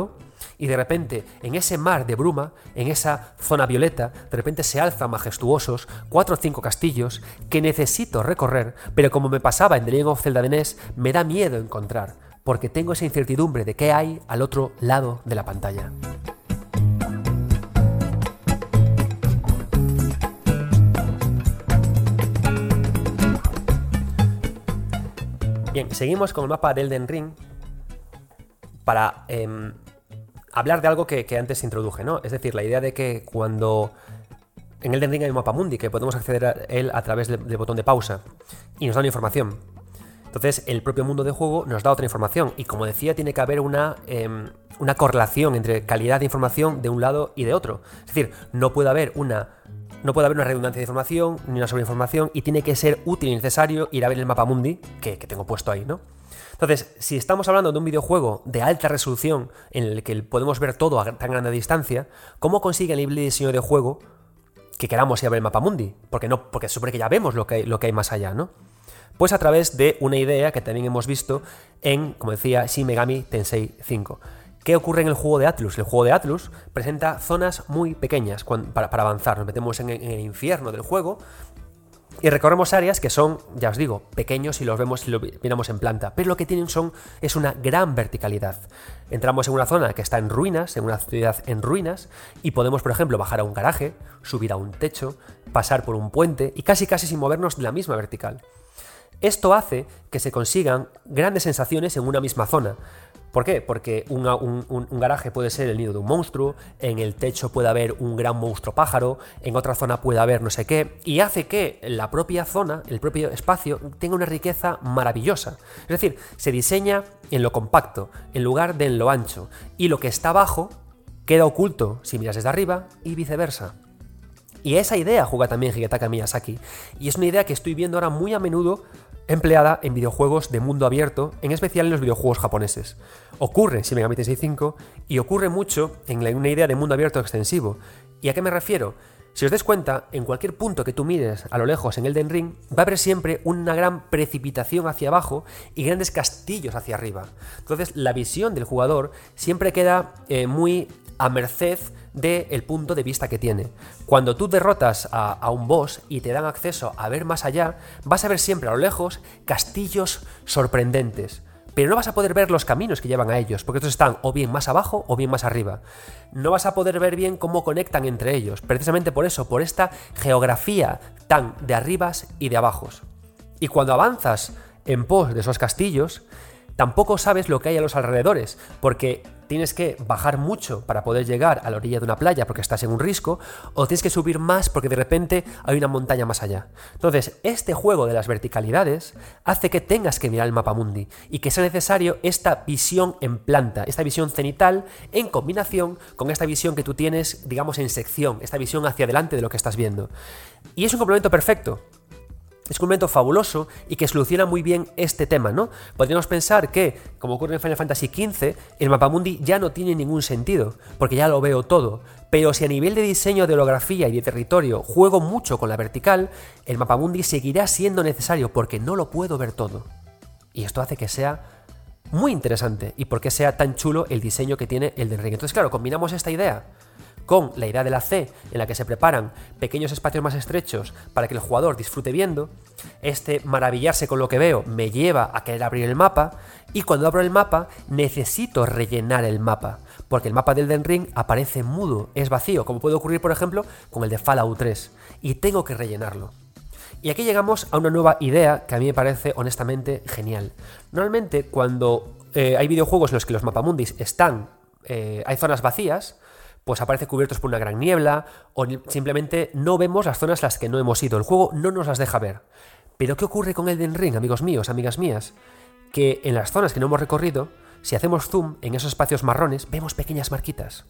y de repente en ese mar de bruma, en esa zona violeta, de repente se alzan majestuosos 4 o 5 castillos que necesito recorrer, pero como me pasaba en The Legend of Zelda de NES, me da miedo encontrar, porque tengo esa incertidumbre de qué hay al otro lado de la pantalla. Bien, seguimos con el mapa de Elden Ring para hablar de algo que antes introduje, ¿no? Es decir, la idea de que cuando en Elden Ring hay un mapa mundi, que podemos acceder a él a través del botón de pausa y nos da una información. Entonces, el propio mundo de juego nos da otra información y, como decía, tiene que haber una correlación entre calidad de información de un lado y de otro. Es decir, no puede haber una redundancia de información ni una sobreinformación y tiene que ser útil y necesario ir a ver el mapa mundi que tengo puesto ahí, ¿no? Entonces, si estamos hablando de un videojuego de alta resolución en el que podemos ver todo a tan grande distancia, ¿cómo consigue el nivel de diseño de juego que queramos ir a ver el mapa mundi? Porque se supone que ya vemos lo que hay más allá, ¿no? Pues a través de una idea que también hemos visto en, como decía, Shin Megami Tensei 5. ¿Qué ocurre en el juego de Atlus? El juego de Atlus presenta zonas muy pequeñas para avanzar. Nos metemos en el infierno del juego y recorremos áreas que son, ya os digo, pequeños si los vemos, si lo miramos en planta. Pero lo que tienen es una gran verticalidad. Entramos en una zona que está en ruinas, en una ciudad en ruinas, y podemos, por ejemplo, bajar a un garaje, subir a un techo, pasar por un puente y casi sin movernos de la misma vertical. Esto hace que se consigan grandes sensaciones en una misma zona. ¿Por qué? Porque un garaje puede ser el nido de un monstruo, en el techo puede haber un gran monstruo pájaro, en otra zona puede haber no sé qué, y hace que la propia zona, el propio espacio, tenga una riqueza maravillosa. Es decir, se diseña en lo compacto, en lugar de en lo ancho, y lo que está abajo queda oculto si miras desde arriba y viceversa. Y esa idea juega también Hidetaka Miyazaki, y es una idea que estoy viendo ahora muy a menudo empleada en videojuegos de mundo abierto, en especial en los videojuegos japoneses. Ocurre en Shin Megami Tensei 5 y ocurre mucho en una idea de mundo abierto extensivo. ¿Y a qué me refiero? Si os des cuenta, en cualquier punto que tú mires a lo lejos en Elden Ring, va a haber siempre una gran precipitación hacia abajo y grandes castillos hacia arriba. Entonces, la visión del jugador siempre queda muy a merced del punto de vista que tiene. Cuando tú derrotas a un boss y te dan acceso a ver más allá, vas a ver siempre a lo lejos castillos sorprendentes. Pero no vas a poder ver los caminos que llevan a ellos, porque estos están o bien más abajo o bien más arriba. No vas a poder ver bien cómo conectan entre ellos, precisamente por eso, por esta geografía tan de arribas y de abajos. Y cuando avanzas en pos de esos castillos, tampoco sabes lo que hay a los alrededores, porque tienes que bajar mucho para poder llegar a la orilla de una playa porque estás en un risco, o tienes que subir más porque de repente hay una montaña más allá. Entonces, este juego de las verticalidades hace que tengas que mirar el mapa mundi y que sea necesario esta visión en planta, esta visión cenital en combinación con esta visión que tú tienes, digamos, en sección, esta visión hacia adelante de lo que estás viendo. Y es un complemento perfecto. Es un complemento fabuloso y que soluciona muy bien este tema, ¿no? Podríamos pensar que, como ocurre en Final Fantasy XV, el mapamundi ya no tiene ningún sentido, porque ya lo veo todo. Pero si a nivel de diseño de holografía y de territorio juego mucho con la vertical, el mapamundi seguirá siendo necesario porque no lo puedo ver todo. Y esto hace que sea muy interesante y porque sea tan chulo el diseño que tiene Elden Ring. Entonces, claro, combinamos esta idea con la idea de la C, en la que se preparan pequeños espacios más estrechos para que el jugador disfrute viendo. Este maravillarse con lo que veo me lleva a querer abrir el mapa, y cuando abro el mapa necesito rellenar el mapa, porque el mapa del Elden Ring aparece mudo, es vacío, como puede ocurrir por ejemplo con el de Fallout 3, y tengo que rellenarlo. Y aquí llegamos a una nueva idea que a mí me parece honestamente genial. Normalmente cuando hay videojuegos en los que los mapamundis hay zonas vacías, pues aparecen cubiertos por una gran niebla, o simplemente no vemos las zonas a las que no hemos ido. El juego no nos las deja ver. Pero ¿qué ocurre con Elden Ring, amigos míos, amigas mías? Que en las zonas que no hemos recorrido, si hacemos zoom en esos espacios marrones, vemos pequeñas marquitas.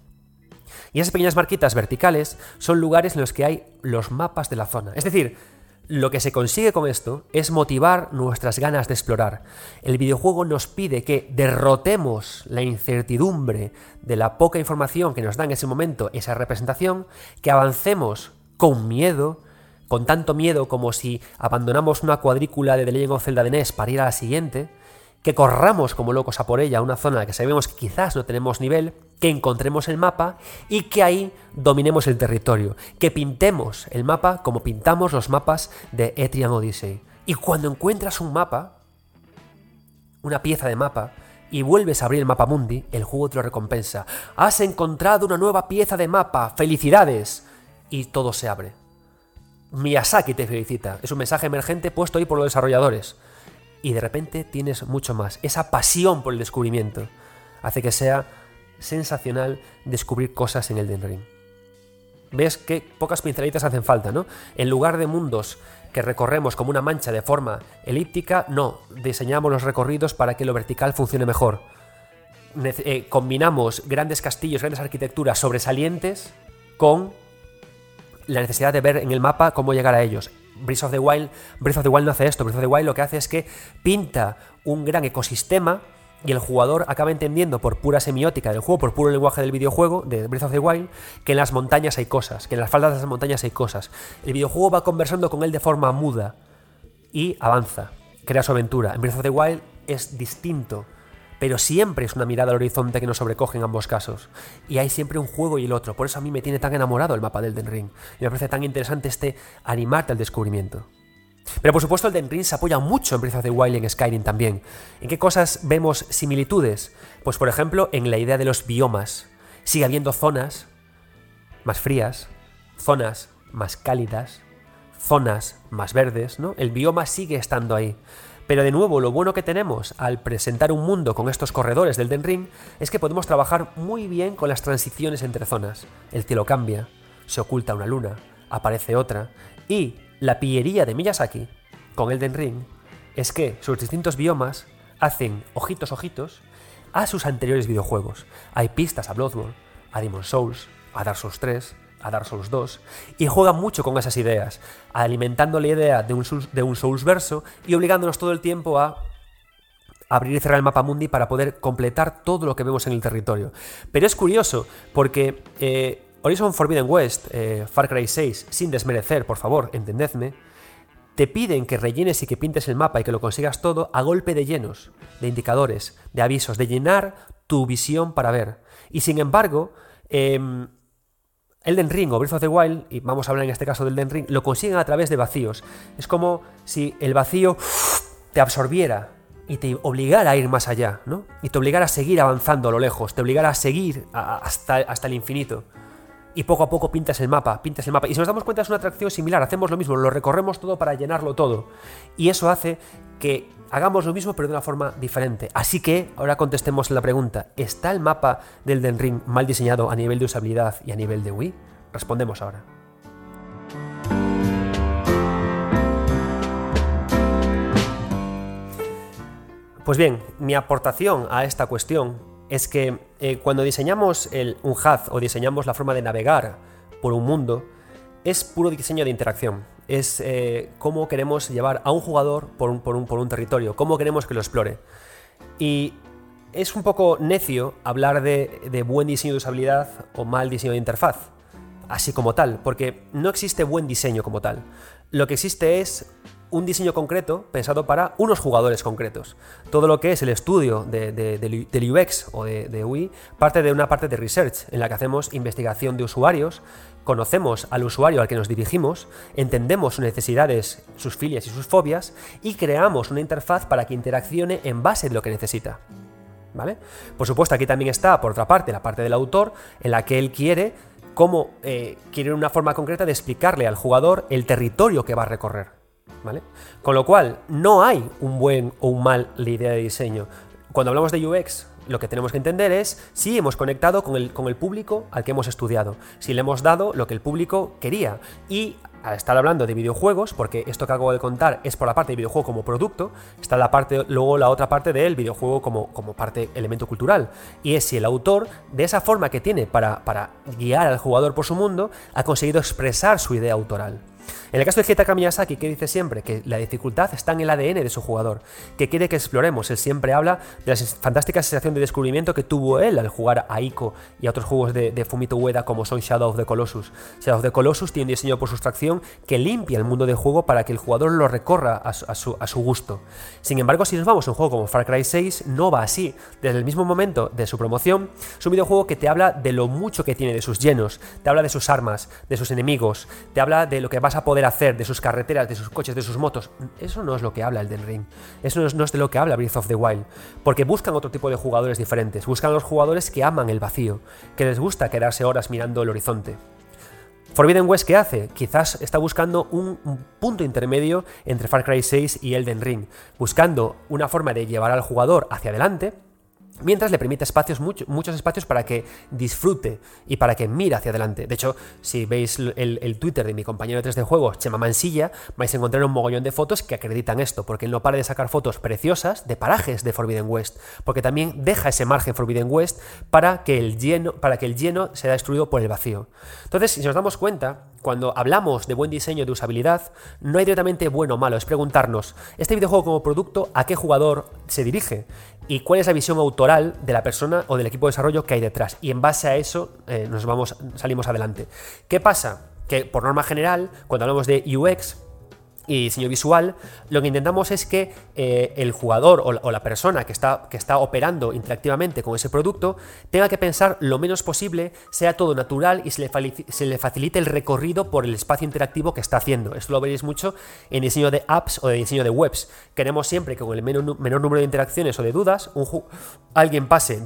Y esas pequeñas marquitas verticales son lugares en los que hay los mapas de la zona. Es decir, lo que se consigue con esto es motivar nuestras ganas de explorar. El videojuego nos pide que derrotemos la incertidumbre de la poca información que nos da en ese momento esa representación, que avancemos con miedo, con tanto miedo como si abandonamos una cuadrícula de The Legend of Zelda de NES para ir a la siguiente, que corramos como locos a por ella, a una zona en la que sabemos que quizás no tenemos nivel, que encontremos el mapa y que ahí dominemos el territorio, que pintemos el mapa como pintamos los mapas de Etrian Odyssey. Y cuando encuentras un mapa, una pieza de mapa, y vuelves a abrir el mapa mundi, el juego te lo recompensa. ¡Has encontrado una nueva pieza de mapa! ¡Felicidades! Y todo se abre. Miyazaki te felicita. Es un mensaje emergente puesto ahí por los desarrolladores. Y de repente tienes mucho más. Esa pasión por el descubrimiento hace que sea sensacional descubrir cosas en Elden Ring. Ves que pocas pinceladitas hacen falta, ¿no? En lugar de mundos que recorremos como una mancha de forma elíptica, no, diseñamos los recorridos para que lo vertical funcione mejor. Combinamos grandes castillos, grandes arquitecturas sobresalientes con la necesidad de ver en el mapa cómo llegar a ellos. Breath of the Wild no hace esto. Breath of the Wild lo que hace es que pinta un gran ecosistema y el jugador acaba entendiendo por pura semiótica del juego, por puro lenguaje del videojuego, de Breath of the Wild, que en las montañas hay cosas, que en las faldas de las montañas hay cosas. El videojuego va conversando con él de forma muda y avanza, crea su aventura. En Breath of the Wild es distinto, pero siempre es una mirada al horizonte que nos sobrecoge en ambos casos. Y hay siempre un juego y el otro. Por eso a mí me tiene tan enamorado el mapa del Elden Ring. Y me parece tan interesante animarte al descubrimiento. Pero por supuesto el Elden Ring se apoya mucho en Breath of the Wild y en Skyrim también. ¿En qué cosas vemos similitudes? Pues por ejemplo en la idea de los biomas. Sigue habiendo zonas más frías, zonas más cálidas, zonas más verdes, ¿no? El bioma sigue estando ahí. Pero de nuevo, lo bueno que tenemos al presentar un mundo con estos corredores del Elden Ring es que podemos trabajar muy bien con las transiciones entre zonas. El cielo cambia, se oculta una luna, aparece otra, y la pillería de Miyazaki con Elden Ring es que sus distintos biomas hacen ojitos a sus anteriores videojuegos. Hay pistas a Bloodborne, a Demon's Souls, a Dark Souls 3, a Dark Souls 2, y juega mucho con esas ideas, alimentando la idea de un Souls verso y obligándonos todo el tiempo a abrir y cerrar el mapa mundi para poder completar todo lo que vemos en el territorio. Pero es curioso porque Horizon Forbidden West, Far Cry 6, sin desmerecer, por favor, entendedme, te piden que rellenes y que pintes el mapa y que lo consigas todo a golpe de llenos, de indicadores, de avisos, de llenar tu visión para ver. Y sin embargo, Elden Ring o Breath of the Wild, y vamos a hablar en este caso del Elden Ring, lo consiguen a través de vacíos. Es como si el vacío te absorbiera y te obligara a ir más allá, ¿no? Y te obligara a seguir avanzando a lo lejos, te obligara a seguir hasta el infinito. Y poco a poco pintas el mapa. Y si nos damos cuenta es una atracción similar, hacemos lo mismo, lo recorremos todo para llenarlo todo. Y eso hace que hagamos lo mismo pero de una forma diferente. Así que ahora contestemos la pregunta, ¿está el mapa del Elden Ring mal diseñado a nivel de usabilidad y a nivel de Wii? Respondemos ahora. Pues bien, mi aportación a esta cuestión es que cuando diseñamos un HUD o diseñamos la forma de navegar por un mundo, es puro diseño de interacción. Es cómo queremos llevar a un jugador por un territorio, cómo queremos que lo explore. Y es un poco necio hablar de buen diseño de usabilidad o mal diseño de interfaz, así como tal, porque no existe buen diseño como tal. Lo que existe es un diseño concreto pensado para unos jugadores concretos. Todo lo que es el estudio del UX o de Wii parte de una parte de research en la que hacemos investigación de usuarios, conocemos al usuario al que nos dirigimos, entendemos sus necesidades, sus filias y sus fobias y creamos una interfaz para que interaccione en base de lo que necesita. ¿Vale? Por supuesto, aquí también está, por otra parte, la parte del autor en la que él quiere una forma concreta de explicarle al jugador el territorio que va a recorrer. ¿Vale? Con lo cual, no hay un buen o un mal la idea de diseño. Cuando hablamos de UX, lo que tenemos que entender es si hemos conectado con el público al que hemos estudiado, si le hemos dado lo que el público quería. Y al estar hablando de videojuegos, porque esto que acabo de contar es por la parte de videojuego como producto, está luego la otra parte del videojuego como parte elemento cultural. Y es si el autor, de esa forma que tiene para guiar al jugador por su mundo, ha conseguido expresar su idea autoral. En el caso de Hidetaka Miyazaki, que dice siempre que la dificultad está en el ADN de su jugador, que quiere que exploremos. Él siempre habla de la fantástica sensación de descubrimiento que tuvo él al jugar a Ico y a otros juegos de Fumito Ueda como son Shadow of the Colossus. Shadow of the Colossus tiene un diseño por sustracción programación que limpia el mundo del juego para que el jugador lo recorra a su gusto. Sin embargo, si nos vamos a un juego como Far Cry 6, no va así. Desde el mismo momento de su promoción, es un videojuego que te habla de lo mucho que tiene de sus llenos, te habla de sus armas, de sus enemigos, te habla de lo que vas a poder hacer, de sus carreteras, de sus coches, de sus motos. Eso no es lo que habla Elden Ring. Eso no es de lo que habla Breath of the Wild. Porque buscan otro tipo de jugadores diferentes. Buscan a los jugadores que aman el vacío, que les gusta quedarse horas mirando el horizonte. Forbidden West, ¿qué hace? Quizás está buscando un punto intermedio entre Far Cry 6 y Elden Ring, buscando una forma de llevar al jugador hacia adelante, mientras le permite muchos espacios para que disfrute y para que mire hacia adelante. De hecho, si veis el Twitter de mi compañero de 3D Juegos, Chema Mansilla, vais a encontrar un mogollón de fotos que acreditan esto, porque él no para de sacar fotos preciosas de parajes de Forbidden West, porque también deja ese margen Forbidden West para que el lleno sea destruido por el vacío. Entonces, si nos damos cuenta, cuando hablamos de buen diseño de usabilidad, no hay directamente bueno o malo, es preguntarnos, ¿este videojuego como producto a qué jugador se dirige? ¿Y cuál es la visión autoral de la persona o del equipo de desarrollo que hay detrás? Y en base a eso salimos adelante. ¿Qué pasa? Que por norma general, cuando hablamos de UX y diseño visual, lo que intentamos es que el jugador o la persona que está operando interactivamente con ese producto tenga que pensar lo menos posible, sea todo natural y se le facilite el recorrido por el espacio interactivo que está haciendo. Esto lo veréis mucho en diseño de apps o de diseño de webs. Queremos siempre que con el menor número de interacciones o de dudas, alguien pase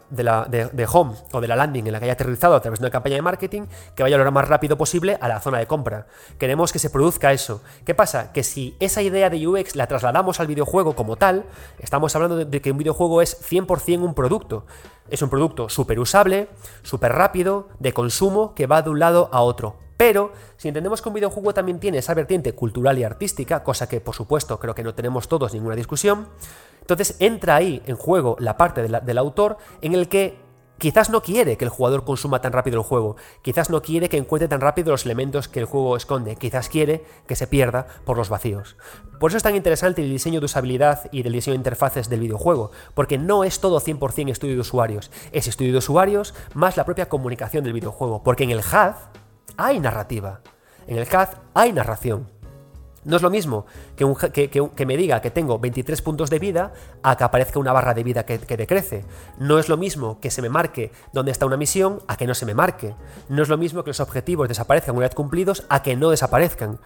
de home o de la landing en la que haya aterrizado a través de una campaña de marketing, que vaya lo más rápido posible a la zona de compra. Queremos que se produzca eso. ¿Qué pasa? Que si esa idea de UX la trasladamos al videojuego como tal, estamos hablando de que un videojuego es 100% un producto. Es un producto súper usable, súper rápido, de consumo, que va de un lado a otro. Pero si entendemos que un videojuego también tiene esa vertiente cultural y artística, cosa que por supuesto creo que no tenemos todos ninguna discusión, entonces entra ahí en juego la parte del autor en el que quizás no quiere que el jugador consuma tan rápido el juego, quizás no quiere que encuentre tan rápido los elementos que el juego esconde, quizás quiere que se pierda por los vacíos. Por eso es tan interesante el diseño de usabilidad y del diseño de interfaces del videojuego, porque no es todo 100% estudio de usuarios, es estudio de usuarios más la propia comunicación del videojuego, porque en el HUD hay narrativa, en el HUD hay narración. No es lo mismo que me diga que tengo 23 puntos de vida a que aparezca una barra de vida que decrece. No es lo mismo que se me marque dónde está una misión a que no se me marque. No es lo mismo que los objetivos desaparezcan una vez cumplidos a que no desaparezcan.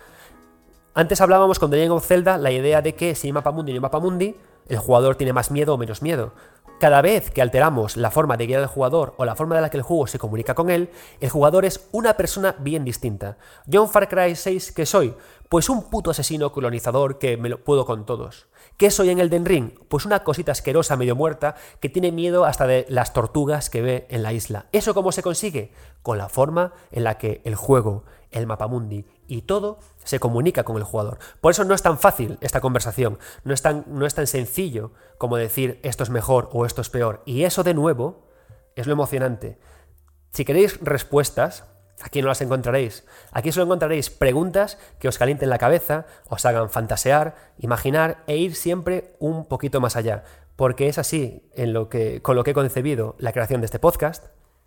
Antes hablábamos con The Legend of Zelda la idea de que si hay mapamundi y no hay mapamundi, el jugador tiene más miedo o menos miedo. Cada vez que alteramos la forma de guiar al jugador o la forma de la que el juego se comunica con él, el jugador es una persona bien distinta. Yo en Far Cry 6, ¿qué soy? Pues un puto asesino colonizador que me lo puedo con todos. ¿Qué soy en Elden Ring? Pues una cosita asquerosa medio muerta que tiene miedo hasta de las tortugas que ve en la isla. ¿Eso cómo se consigue? Con la forma en la que el juego, el mapamundi y todo se comunica con el jugador. Por eso no es tan fácil esta conversación, no es tan sencillo como decir esto es mejor o esto es peor. Y eso de nuevo es lo emocionante. Si queréis respuestas, aquí no las encontraréis. Aquí solo encontraréis preguntas que os calienten la cabeza, os hagan fantasear, imaginar e ir siempre un poquito más allá. Porque es así con lo que he concebido la creación de este podcast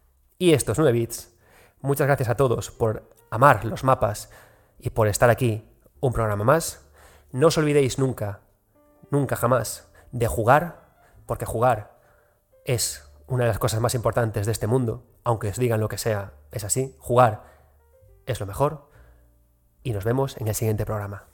y estos 9 bits. Muchas gracias a todos por amar los mapas y por estar aquí un programa más. No os olvidéis nunca, nunca jamás, de jugar, porque jugar es una de las cosas más importantes de este mundo, aunque os digan lo que sea, es así. Jugar es lo mejor y nos vemos en el siguiente programa.